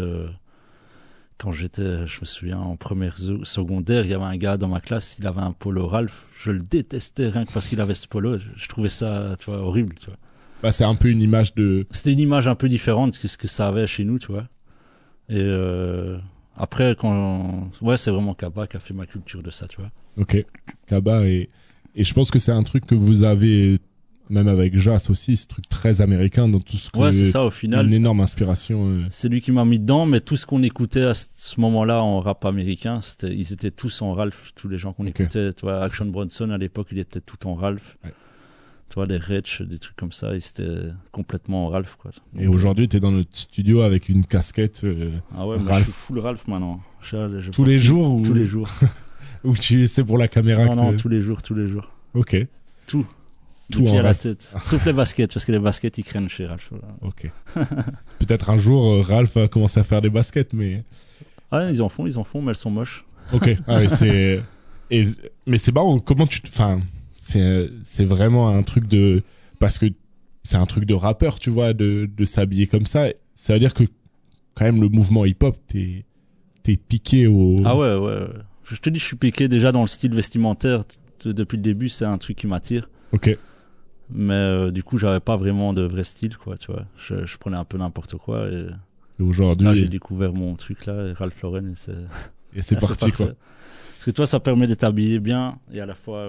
S8: je me souviens, en première secondaire, il y avait un gars dans ma classe, il avait un polo Ralph. Je le détestais rien que parce qu'il avait ce polo. Je trouvais ça, tu vois, horrible, tu vois.
S7: Bah, c'est un peu une image de...
S8: C'était une image un peu différente que ce que ça avait chez nous, tu vois. Et après, c'est vraiment Kaba qui a fait ma culture de ça, tu vois.
S7: Ok, Kaba et je pense que c'est un truc que vous avez même avec Jas aussi, ce truc très américain dans tout ce que...
S8: Ouais, c'est ça, au final.
S7: Une énorme inspiration.
S8: C'est lui qui m'a mis dedans, mais tout ce qu'on écoutait à ce moment-là en rap américain, ils étaient tous en Ralph, tous les gens qu'on écoutait. Tu vois, Action Bronson, à l'époque, il était tout en Ralph.
S7: Ouais.
S8: Tu vois, les Wretch, des trucs comme ça, ils étaient complètement en Ralph, quoi. Donc,
S7: Et aujourd'hui, t'es dans notre studio avec une casquette
S8: ah ouais, moi,
S7: Ralph.
S8: je suis full Ralph maintenant.
S7: Tous les jours ou...
S8: Tous les jours.
S7: Ou c'est pour la caméra
S8: Non,
S7: que
S8: tous les jours.
S7: Ok.
S8: Tout.
S7: Tout
S8: Tout
S7: en
S8: à la
S7: Ralph.
S8: tête. Sauf les baskets, parce que les baskets, ils craignent chez Ralph. Voilà.
S7: Ok. Peut-être un jour, Ralph va commencer à faire des baskets, mais...
S8: Ah, ils en font, mais elles sont moches.
S7: Ok. Ah oui, c'est... Mais c'est marrant, comment tu... Enfin, c'est vraiment un truc de... Parce que c'est un truc de rappeur, tu vois, de s'habiller comme ça. Ça veut dire que, quand même, le mouvement hip-hop, t'es piqué au...
S8: Ah ouais. Je te dis, je suis piqué déjà dans le style vestimentaire. Depuis le début, c'est un truc qui m'attire.
S7: Ok.
S8: Mais du coup, j'avais pas vraiment de vrai style, quoi, tu vois. Je prenais un peu n'importe quoi. Et
S7: aujourd'hui...
S8: là, j'ai découvert mon truc, là, Ralph Lauren.
S7: Et c'est parti, quoi.
S8: Parce que toi, ça permet de t'habiller bien et à la fois...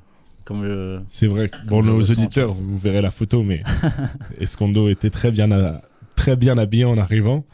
S7: C'est vrai. Bon, nos auditeurs, vous verrez la photo, mais Escondo était très bien habillé en arrivant.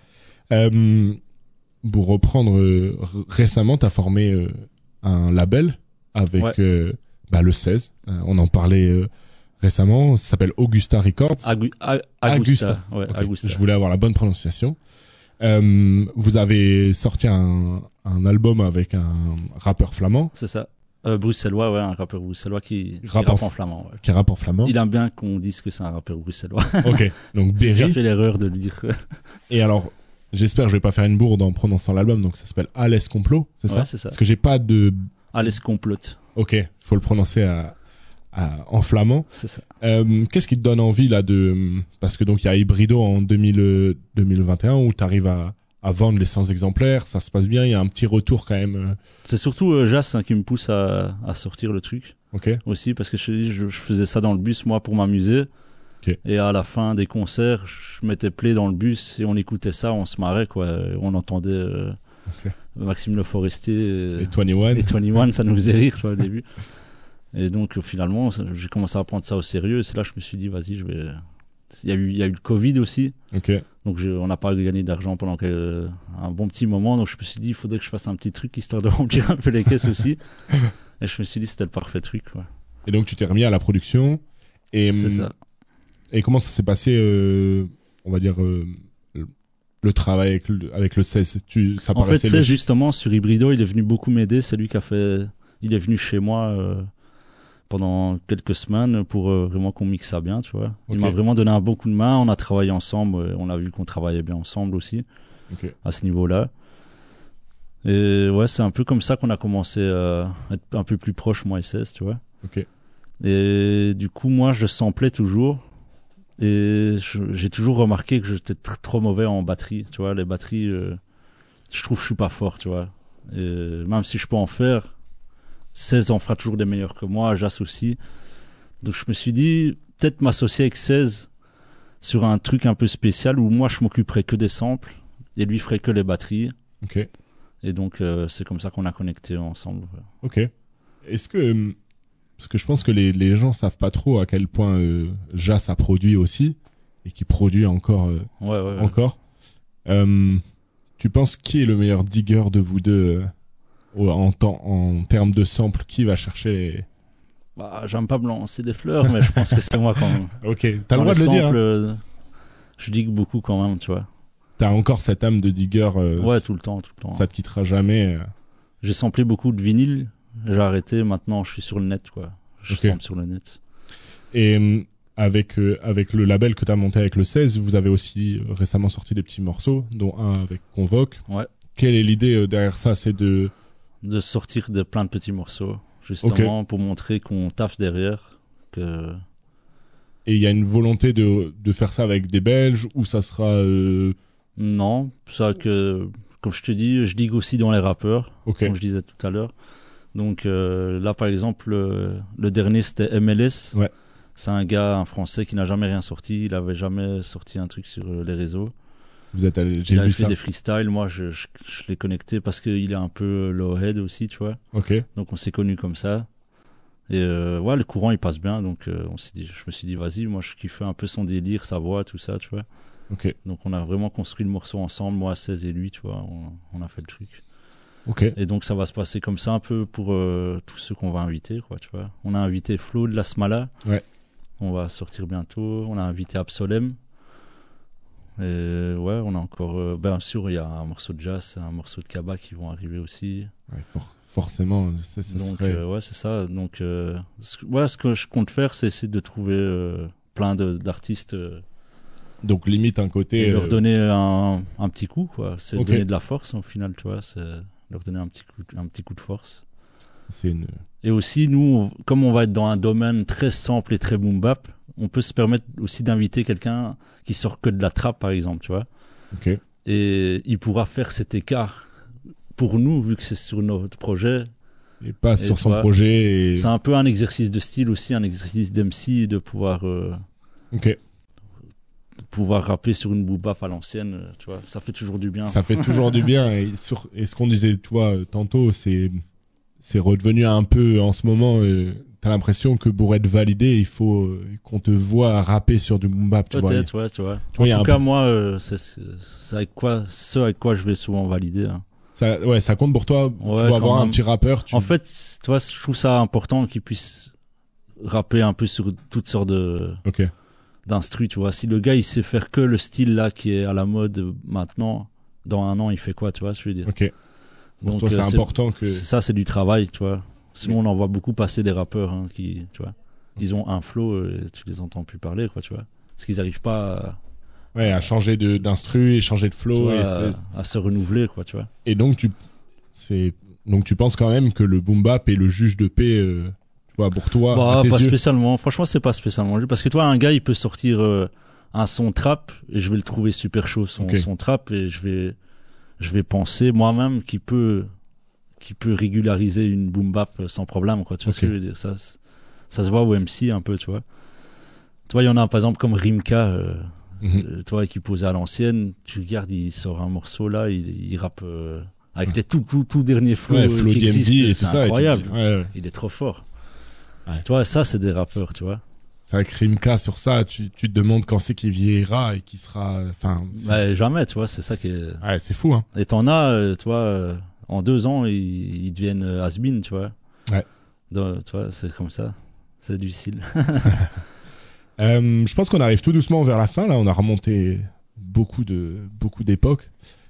S7: Pour reprendre, récemment, t'as formé un label avec le 16. On en parlait récemment. Ça s'appelle Augusta Records.
S8: Augusta. Ouais,
S7: Okay.
S8: Augusta.
S7: Je voulais avoir la bonne prononciation. Vous avez sorti un album avec un rappeur flamand.
S8: C'est ça. Bruxellois, ouais, un rappeur bruxellois qui rappe en flamand. Ouais.
S7: Qui rappe en flamand.
S8: Il aime bien qu'on dise que c'est un rappeur bruxellois.
S7: Ok, donc Berry.
S8: J'ai fait l'erreur de le dire.
S7: Et alors, j'espère que je vais pas faire une bourde en prononçant l'album, donc ça s'appelle Alès Complot, c'est ça?
S8: Ouais, c'est ça.
S7: Parce que j'ai pas de...
S8: Alès Complot.
S7: Ok, faut le prononcer en flamand.
S8: C'est ça.
S7: Qu'est-ce qui te donne envie là de... Parce que donc il y a Hybrido en 2021 où t'arrives à vendre les 100 exemplaires, ça se passe bien, il y a un petit retour quand même.
S8: C'est surtout Jas qui me pousse à sortir le truc.
S7: Ok.
S8: Aussi, parce que je faisais ça dans le bus, moi, pour m'amuser.
S7: Okay.
S8: Et à la fin des concerts, je mettais play dans le bus et on écoutait ça, on se marrait, quoi. On entendait Maxime Le Forestier
S7: et 21.
S8: Et 21, ça nous faisait rire, tu vois, au début. Et donc, finalement, j'ai commencé à prendre ça au sérieux. Et c'est là que je me suis dit, vas-y, je vais... Il y a eu le Covid aussi.
S7: Ok.
S8: Donc on n'a pas gagné d'argent pendant un bon petit moment. Donc je me suis dit, il faudrait que je fasse un petit truc histoire de remplir un peu les caisses aussi. Et je me suis dit, c'était le parfait truc, quoi.
S7: Et donc tu t'es remis à la production. Et,
S8: c'est ça.
S7: Et comment ça s'est passé, on va dire, le travail avec le 16 ça
S8: en fait, c'est justement sur Hybrido, il est venu beaucoup m'aider. C'est lui qui a fait... Il est venu chez moi... pendant quelques semaines pour vraiment qu'on mixe ça bien, tu vois. Il m'a vraiment donné un bon coup de main, on a travaillé ensemble, on a vu qu'on travaillait bien ensemble aussi, à ce niveau-là. Et ouais, c'est un peu comme ça qu'on a commencé à être un peu plus proche, moi et 16, tu vois.
S7: Ok.
S8: Et du coup, moi, je samplais toujours, et j'ai toujours remarqué que j'étais trop mauvais en batterie, tu vois. Les batteries, je trouve que je suis pas fort, tu vois. Et même si je peux en faire, 16 en fera toujours des meilleurs que moi, Jas aussi. Donc je me suis dit, peut-être m'associer avec 16 sur un truc un peu spécial où moi je m'occuperais que des samples et lui ferait que les batteries.
S7: Ok.
S8: Et donc c'est comme ça qu'on a connecté ensemble.
S7: Ok. Est-ce que... Parce que je pense que les gens savent pas trop à quel point Jas a produit aussi et qui produit encore. Encore. Tu penses qui est le meilleur digger de vous deux en termes de samples, qui va chercher
S8: Bah, j'aime pas me lancer des fleurs, mais je pense que c'est moi quand même.
S7: Ok, t'as le droit de le dire. Hein.
S8: Je digue beaucoup quand même, tu vois.
S7: T'as encore cette âme de digger.
S8: Ouais, tout le temps.
S7: Ça te quittera jamais.
S8: J'ai samplé beaucoup de vinyle. J'ai arrêté. Maintenant, je suis sur le net, quoi. Je sample sur le net.
S7: Et avec le label que t'as monté avec le 16, vous avez aussi récemment sorti des petits morceaux, dont un avec Convoque.
S8: Ouais.
S7: Quelle est l'idée derrière ça? C'est de
S8: sortir plein de petits morceaux, justement, pour montrer qu'on taffe derrière.
S7: Et il y a une volonté de faire ça avec des Belges, ou ça sera...
S8: Non, ça que, comme je te dis, je digue aussi dans les rappeurs, comme je disais tout à l'heure. Donc là, par exemple, le dernier, c'était MLS. Ouais. C'est un Français qui n'a jamais rien sorti. Il avait jamais sorti un truc sur les réseaux.
S7: Vous êtes allé,
S8: il a fait des freestyles. Moi, je l'ai connecté parce qu'il est un peu low-head aussi, tu vois.
S7: Ok.
S8: Donc on s'est connus comme ça. Et ouais, le courant il passe bien. Donc je me suis dit, vas-y, moi je kiffais un peu son délire, sa voix, tout ça, tu vois.
S7: Ok.
S8: Donc on a vraiment construit le morceau ensemble, moi 16 et lui, tu vois. On a fait le truc.
S7: Ok.
S8: Et donc ça va se passer comme ça un peu pour tous ceux qu'on va inviter, quoi, tu vois. On a invité Flo de la Smala.
S7: Ouais.
S8: On va sortir bientôt. On a invité Absolem. Et ouais, on a encore... bien sûr, il y a un morceau de jazz, un morceau de Kaba qui vont arriver aussi.
S7: Ouais, forcément, ça
S8: donc,
S7: serait...
S8: ouais, c'est ça. Donc, ce que je compte faire, c'est essayer de trouver plein d'artistes.
S7: Donc, limite un côté...
S8: Et leur donner un petit coup, quoi. C'est donner de la force, au final, tu vois. C'est leur donner un petit coup de force. Et aussi, nous, comme on va être dans un domaine très sample et très boom bap, on peut se permettre aussi d'inviter quelqu'un qui sort que de la trap, par exemple, tu vois.
S7: Ok.
S8: Et il pourra faire cet écart pour nous, vu que c'est sur notre projet.
S7: Et pas sur son projet.
S8: C'est un peu un exercice de style aussi, un exercice d'MC, de pouvoir... pouvoir rapper sur une boom bap à l'ancienne, tu vois. Ça fait toujours du bien.
S7: Ça fait toujours du bien. Et ce qu'on disait, toi, tantôt, c'est redevenu un peu, en ce moment... T'as l'impression que pour être validé, il faut qu'on te voit rapper sur du boom bap, tu vois.
S8: Peut-être, ouais, tu vois. En tout cas, moi, c'est avec quoi je vais souvent valider. Hein.
S7: Ça compte pour toi. Tu dois avoir un petit rappeur.
S8: En fait, tu vois, je trouve ça important qu'il puisse rapper un peu sur toutes sortes d'instru, tu vois. Si le gars, il sait faire que le style là qui est à la mode maintenant, dans un an, il fait quoi, tu vois, je veux dire.
S7: Ok. Pour toi, c'est important que...
S8: Ça, c'est du travail, tu vois. Sinon, on en voit beaucoup passer des rappeurs qui, tu vois, ils ont un flow et tu les entends plus parler, quoi, tu vois. Parce qu'ils n'arrivent pas
S7: à changer d'instru et changer de flow.
S8: Vois, à se renouveler, quoi, tu vois.
S7: Et donc, tu penses quand même que le boom bap est le juge de paix, tu vois, pour toi, à tes
S8: pas
S7: yeux.
S8: Spécialement. Franchement, c'est pas spécialement. Parce que toi, un gars, il peut sortir un son trap et je vais le trouver super chaud, son trap, et je vais penser moi-même qu'il peut régulariser une boom bap sans problème, quoi, tu vois ce que je veux dire. Ça se voit au MC un peu, tu vois. Tu vois, il y en a par exemple comme Rimka, tu vois, qui posait à l'ancienne, tu regardes, il sort un morceau là, il rappe avec les tout derniers flows qui existent,
S7: et
S8: c'est
S7: tout ça,
S8: incroyable.
S7: Ouais.
S8: Il est trop fort. Ouais. Tu vois, ça c'est des rappeurs, tu vois.
S7: C'est vrai que Rimka, sur ça, tu te demandes quand c'est qu'il vieillira et qu'il sera...
S8: jamais, tu vois, c'est ça qui est...
S7: Ouais, c'est fou, hein.
S8: Et t'en as, tu vois... En 2 ans, ils deviennent has-been, tu vois.
S7: Ouais.
S8: Donc, tu vois, c'est comme ça. C'est difficile.
S7: Je pense qu'on arrive tout doucement vers la fin. Là, on a remonté beaucoup d'époques.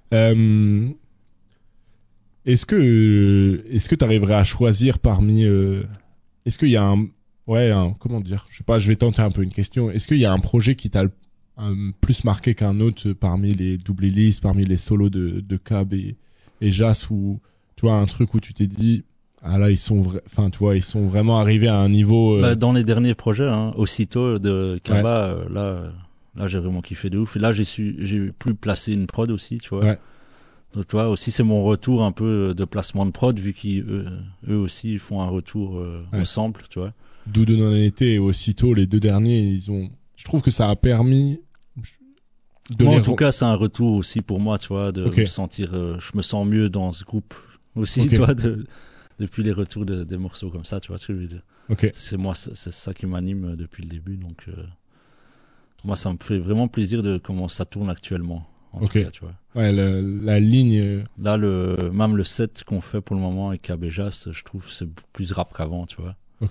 S7: Est-ce que t'arriverais à choisir parmi... Est-ce qu'il y a comment dire? Je sais pas, je vais tenter un peu une question. Est-ce qu'il y a un projet qui t'a plus marqué qu'un autre parmi les double hélices, parmi les solos de Cab et Jas, ou tu vois, un truc où tu t'es dit là ils sont vraiment arrivés à un niveau
S8: dans les derniers projets, hein, aussitôt de Kaba, là j'ai vraiment kiffé de ouf, et là j'ai pu placer une prod aussi, tu vois. Donc toi aussi, c'est mon retour un peu de placement de prod, vu qu'eux aussi font un retour au sample, tu vois.
S7: D'où de non-été et aussitôt, les 2 derniers, je trouve que ça a permis
S8: moi, en tout cas, c'est un retour aussi pour moi, tu vois, de me sentir, je me sens mieux dans ce groupe aussi, tu vois, depuis les retours des morceaux comme ça, tu vois ce que je veux dire. C'est ça qui m'anime depuis le début, donc moi, ça me fait vraiment plaisir de comment ça tourne actuellement. En tout cas, tu vois.
S7: Ouais, la ligne.
S8: Là, même le set qu'on fait pour le moment avec Kabejas, je trouve c'est plus rap qu'avant, tu vois.
S7: Ok.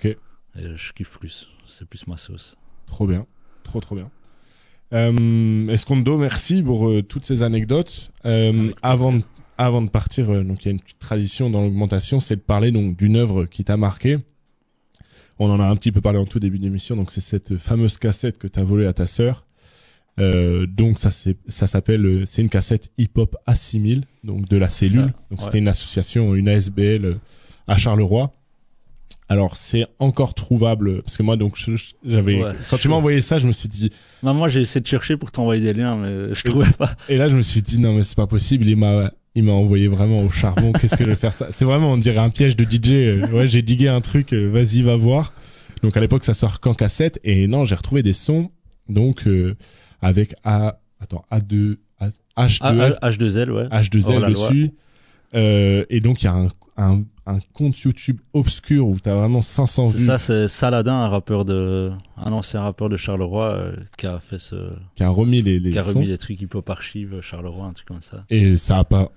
S8: Et je kiffe plus. C'est plus ma sauce.
S7: Trop bien. Trop bien. Escondo, merci pour toutes ces anecdotes. Avant de partir, donc il y a une petite tradition dans l'augmentation, c'est de parler donc d'une œuvre qui t'a marqué. On en a un petit peu parlé en tout début d'émission, donc c'est cette fameuse cassette que t'as volée à ta sœur. Donc ça s'appelle, c'est une cassette hip-hop A6000, donc de la Cellule. Donc c'était une association, une ASBL à Charleroi. Alors c'est encore trouvable parce que moi donc quand tu m'as envoyé ça, je me suis dit
S8: moi j'ai essayé de chercher pour t'envoyer des liens mais je trouvais pas.
S7: Et là je me suis dit non mais c'est pas possible, il m'a envoyé vraiment au charbon. Qu'est-ce que je vais faire ça? C'est vraiment, on dirait un piège de DJ. Ouais, j'ai digué un truc, vas-y va voir. Donc à l'époque ça sort qu'en cassette et non, j'ai retrouvé des sons donc avec H2L
S8: ouais.
S7: H2L dessus. Et donc il y a un compte YouTube obscur où t'as vraiment 500 vues.
S8: Ça, c'est Saladin, un ancien rappeur de Charleroi, qui a remis les trucs hip-hop archive Charleroi, un truc comme ça.
S7: Et ça a pas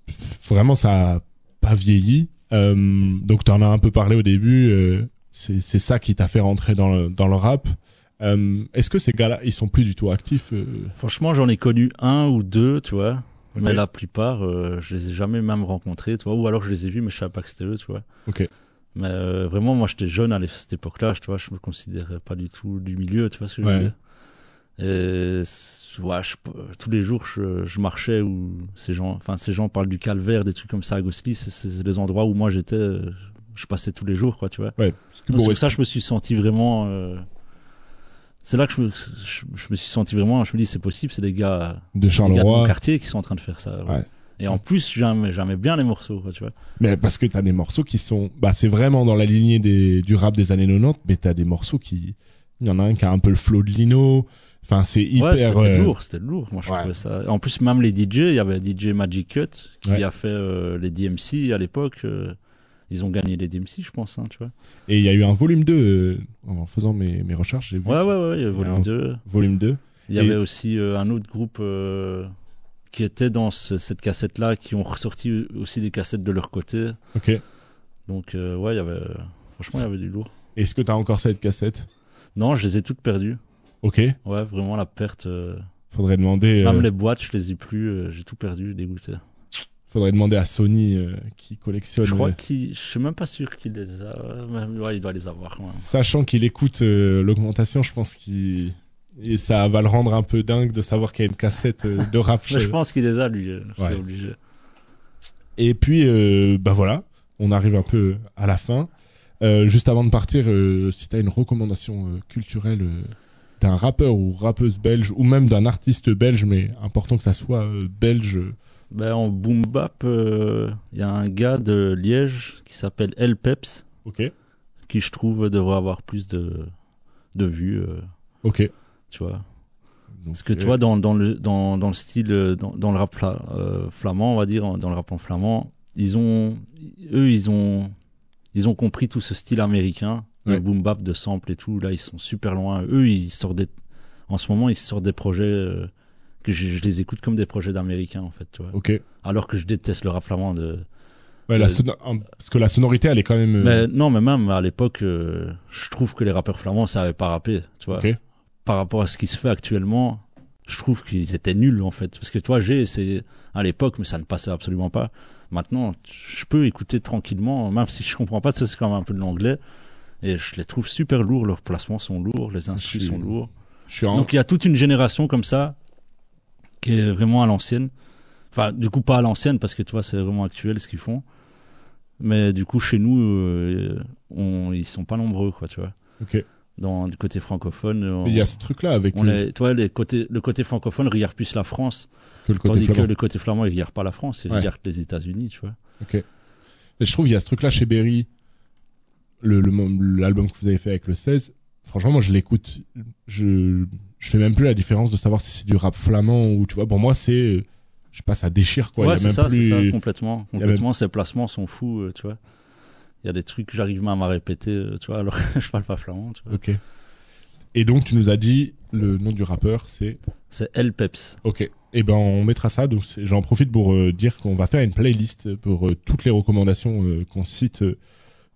S7: vieilli. Donc t'en as un peu parlé au début, c'est ça qui t'a fait rentrer dans le rap. Est-ce que ces gars-là, ils sont plus du tout actifs?
S8: Franchement, j'en ai connu un ou deux, tu vois. Okay. Mais la plupart, je les ai jamais même rencontrés, tu vois, ou alors je les ai vus, mais je savais pas que c'était eux, tu vois.
S7: Ok.
S8: Mais vraiment, moi, j'étais jeune à cette époque-là, tu vois, je me considérais pas du tout du milieu, tu vois ce que je veux dire. Et tous les jours, je marchais où ces gens parlent du calvaire, des trucs comme ça à Gosselies, c'est les endroits où moi j'étais, je passais tous les jours, quoi, tu vois.
S7: Ouais.
S8: Donc, c'est pour ça que je me suis senti vraiment. C'est là que je me suis senti vraiment, je me dis c'est possible, c'est des gars
S7: de Charleroi,
S8: des gars de mon quartier qui sont en train de faire ça. Ouais. Et en plus, j'aimais bien les morceaux, quoi, tu vois.
S7: Mais parce que t'as des morceaux qui sont, c'est vraiment dans la lignée du rap des années 90, mais t'as des morceaux il y en a un qui a un peu le flow de Lino. Enfin, c'est hyper.
S8: Ouais, c'était lourd. Moi, je trouvais ça. En plus, même les DJ, il y avait DJ Magic Cut qui a fait les DMC à l'époque. Ils ont gagné les DMC, je pense, tu vois.
S7: Et il y a eu un volume 2, en faisant mes recherches, j'ai vu.
S8: Ouais, il y a volume 2.
S7: Volume 2.
S8: Il y avait aussi un autre groupe qui était dans cette cassette-là, qui ont ressorti aussi des cassettes de leur côté.
S7: Ok.
S8: Donc, franchement, il y avait du lourd.
S7: Est-ce que t'as encore cette cassette?
S8: Non, je les ai toutes perdues.
S7: Ok.
S8: Ouais, vraiment, la perte.
S7: Faudrait demander.
S8: Même les boîtes, je les ai plus, j'ai tout perdu, dégoûté.
S7: Faudrait demander à Sony qui collectionne.
S8: Je suis même pas sûr qu'il les a. Ouais, il doit les avoir. Ouais.
S7: Sachant qu'il écoute l'augmentation, je pense et ça va le rendre un peu dingue de savoir qu'il y a une cassette de rap.
S8: Je pense qu'il les a, lui. C'est obligé.
S7: Et puis, voilà, on arrive un peu à la fin. Juste avant de partir, si t'as une recommandation culturelle d'un rappeur ou rappeuse belge, ou même d'un artiste belge, mais important que ça soit belge.
S8: En boom bap, y a un gars de Liège qui s'appelle El Peps, qui je trouve devrait avoir plus de vues.
S7: Ok.
S8: Tu vois. Donc, parce que tu vois, dans le style, dans le rap flamand, on va dire, dans le rap en flamand, ils ont compris tout ce style américain de boom bap, de sample et tout. Là, ils sont super loin. Eux, en ce moment, ils sortent des projets. Que je les écoute comme des projets d'américains, en fait, tu vois.
S7: Ok.
S8: Alors que je déteste le rap flamand
S7: parce que la sonorité, elle est quand même.
S8: Mais même à l'époque, je trouve que les rappeurs flamands savaient pas rapper, tu vois.
S7: Okay.
S8: Par rapport à ce qui se fait actuellement, je trouve qu'ils étaient nuls, en fait. Parce que toi, j'ai essayé à l'époque, mais ça ne passait absolument pas. Maintenant, je peux écouter tranquillement, même si je comprends pas, c'est quand même un peu de l'anglais. Et je les trouve super lourds, leurs placements sont lourds, les instrus sont lourds. Donc il y a toute une génération comme ça, qui est vraiment à l'ancienne. Enfin, du coup, pas à l'ancienne, parce que tu vois, c'est vraiment actuel ce qu'ils font. Mais du coup, chez nous, ils sont pas nombreux, quoi, tu vois.
S7: Ok.
S8: Du côté francophone.
S7: Il y a ce truc-là avec.
S8: Tu vois, le côté francophone regarde plus la France.
S7: Que le côté
S8: tandis
S7: flamand.
S8: que le côté flamand, il regarde pas la France, il regarde les États-Unis, tu vois.
S7: Ok. Mais je trouve, il y a ce truc-là chez Berry. L'album que vous avez fait avec le 16. Franchement, moi, je l'écoute. Je fais même plus la différence de savoir si c'est du rap flamand ou, tu vois, pour moi, c'est, je sais pas, ça déchire, quoi.
S8: Ouais, c'est ça, complètement. Complètement, ces placements sont fous, tu vois. Il y a des trucs que j'arrive même à répéter, tu vois, alors que je parle pas flamand, tu vois.
S7: Ok. Et donc, tu nous as dit, le nom du rappeur, c'est
S8: El Peps.
S7: Ok. Et on mettra ça. Donc, j'en profite pour dire qu'on va faire une playlist pour toutes les recommandations qu'on cite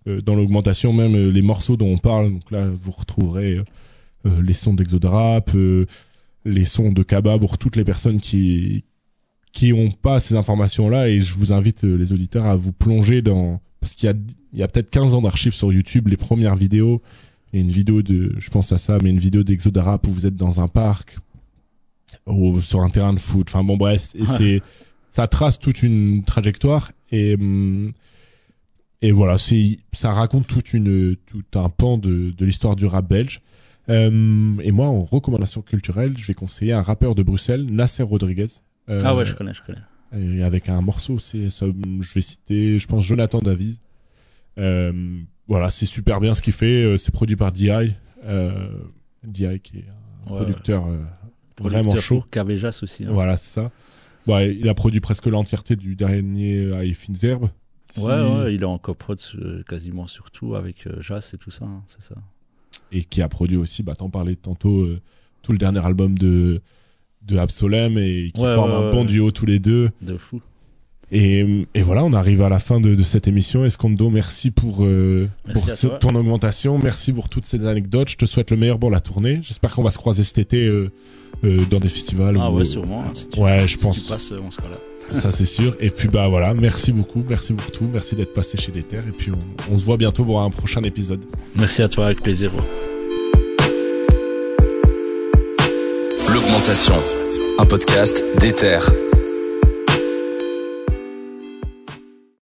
S7: dans l'augmentation, même les morceaux dont on parle. Donc là, vous retrouverez les sons d'Exodarap, les sons de Kaba pour toutes les personnes qui ont pas ces informations-là. Et je vous invite les auditeurs à vous plonger dans, parce qu'il y a peut-être 15 ans d'archives sur YouTube, les premières vidéos, et une vidéo je pense à ça, mais une vidéo d'Exodarap où vous êtes dans un parc ou sur un terrain de foot. Enfin bon, bref, et ça trace toute une trajectoire et voilà, ça raconte tout un pan de l'histoire du rap belge. Et moi, en recommandation culturelle, je vais conseiller un rappeur de Bruxelles, Nasser Rodriguez.
S8: Ah ouais, je connais.
S7: Et avec un morceau, je vais citer, je pense, Jonathan Davies. Voilà, c'est super bien ce qu'il fait. C'est produit par D.I. D.I. qui est un producteur vraiment chaud.
S8: Cabejas aussi. Hein.
S7: Voilà, c'est ça. Ouais, il a produit presque l'entièreté du dernier Aïe Finzerbe.
S8: Ouais, il est en coprod quasiment sur tout avec Jas et tout ça, hein, c'est ça.
S7: Et qui a produit aussi, t'en parlais tantôt, tout le dernier album de Absolem et qui forment un bon duo tous les deux.
S8: De fou.
S7: Et voilà, on arrive à la fin de cette émission. Escondo, merci pour ton augmentation. Merci pour toutes ces anecdotes. Je te souhaite le meilleur pour la tournée. J'espère qu'on va se croiser cet été dans des festivals.
S8: Ah ouais, sûrement. Hein,
S7: je pense.
S8: Si tu passes, on sera là.
S7: Ça, c'est sûr. Et puis, voilà. Merci beaucoup. Merci pour tout. Merci d'être passé chez Les Terres. Et puis, on se voit bientôt pour un prochain épisode.
S8: Merci à toi, avec plaisir.
S6: L'augmentation. Un podcast des Terres.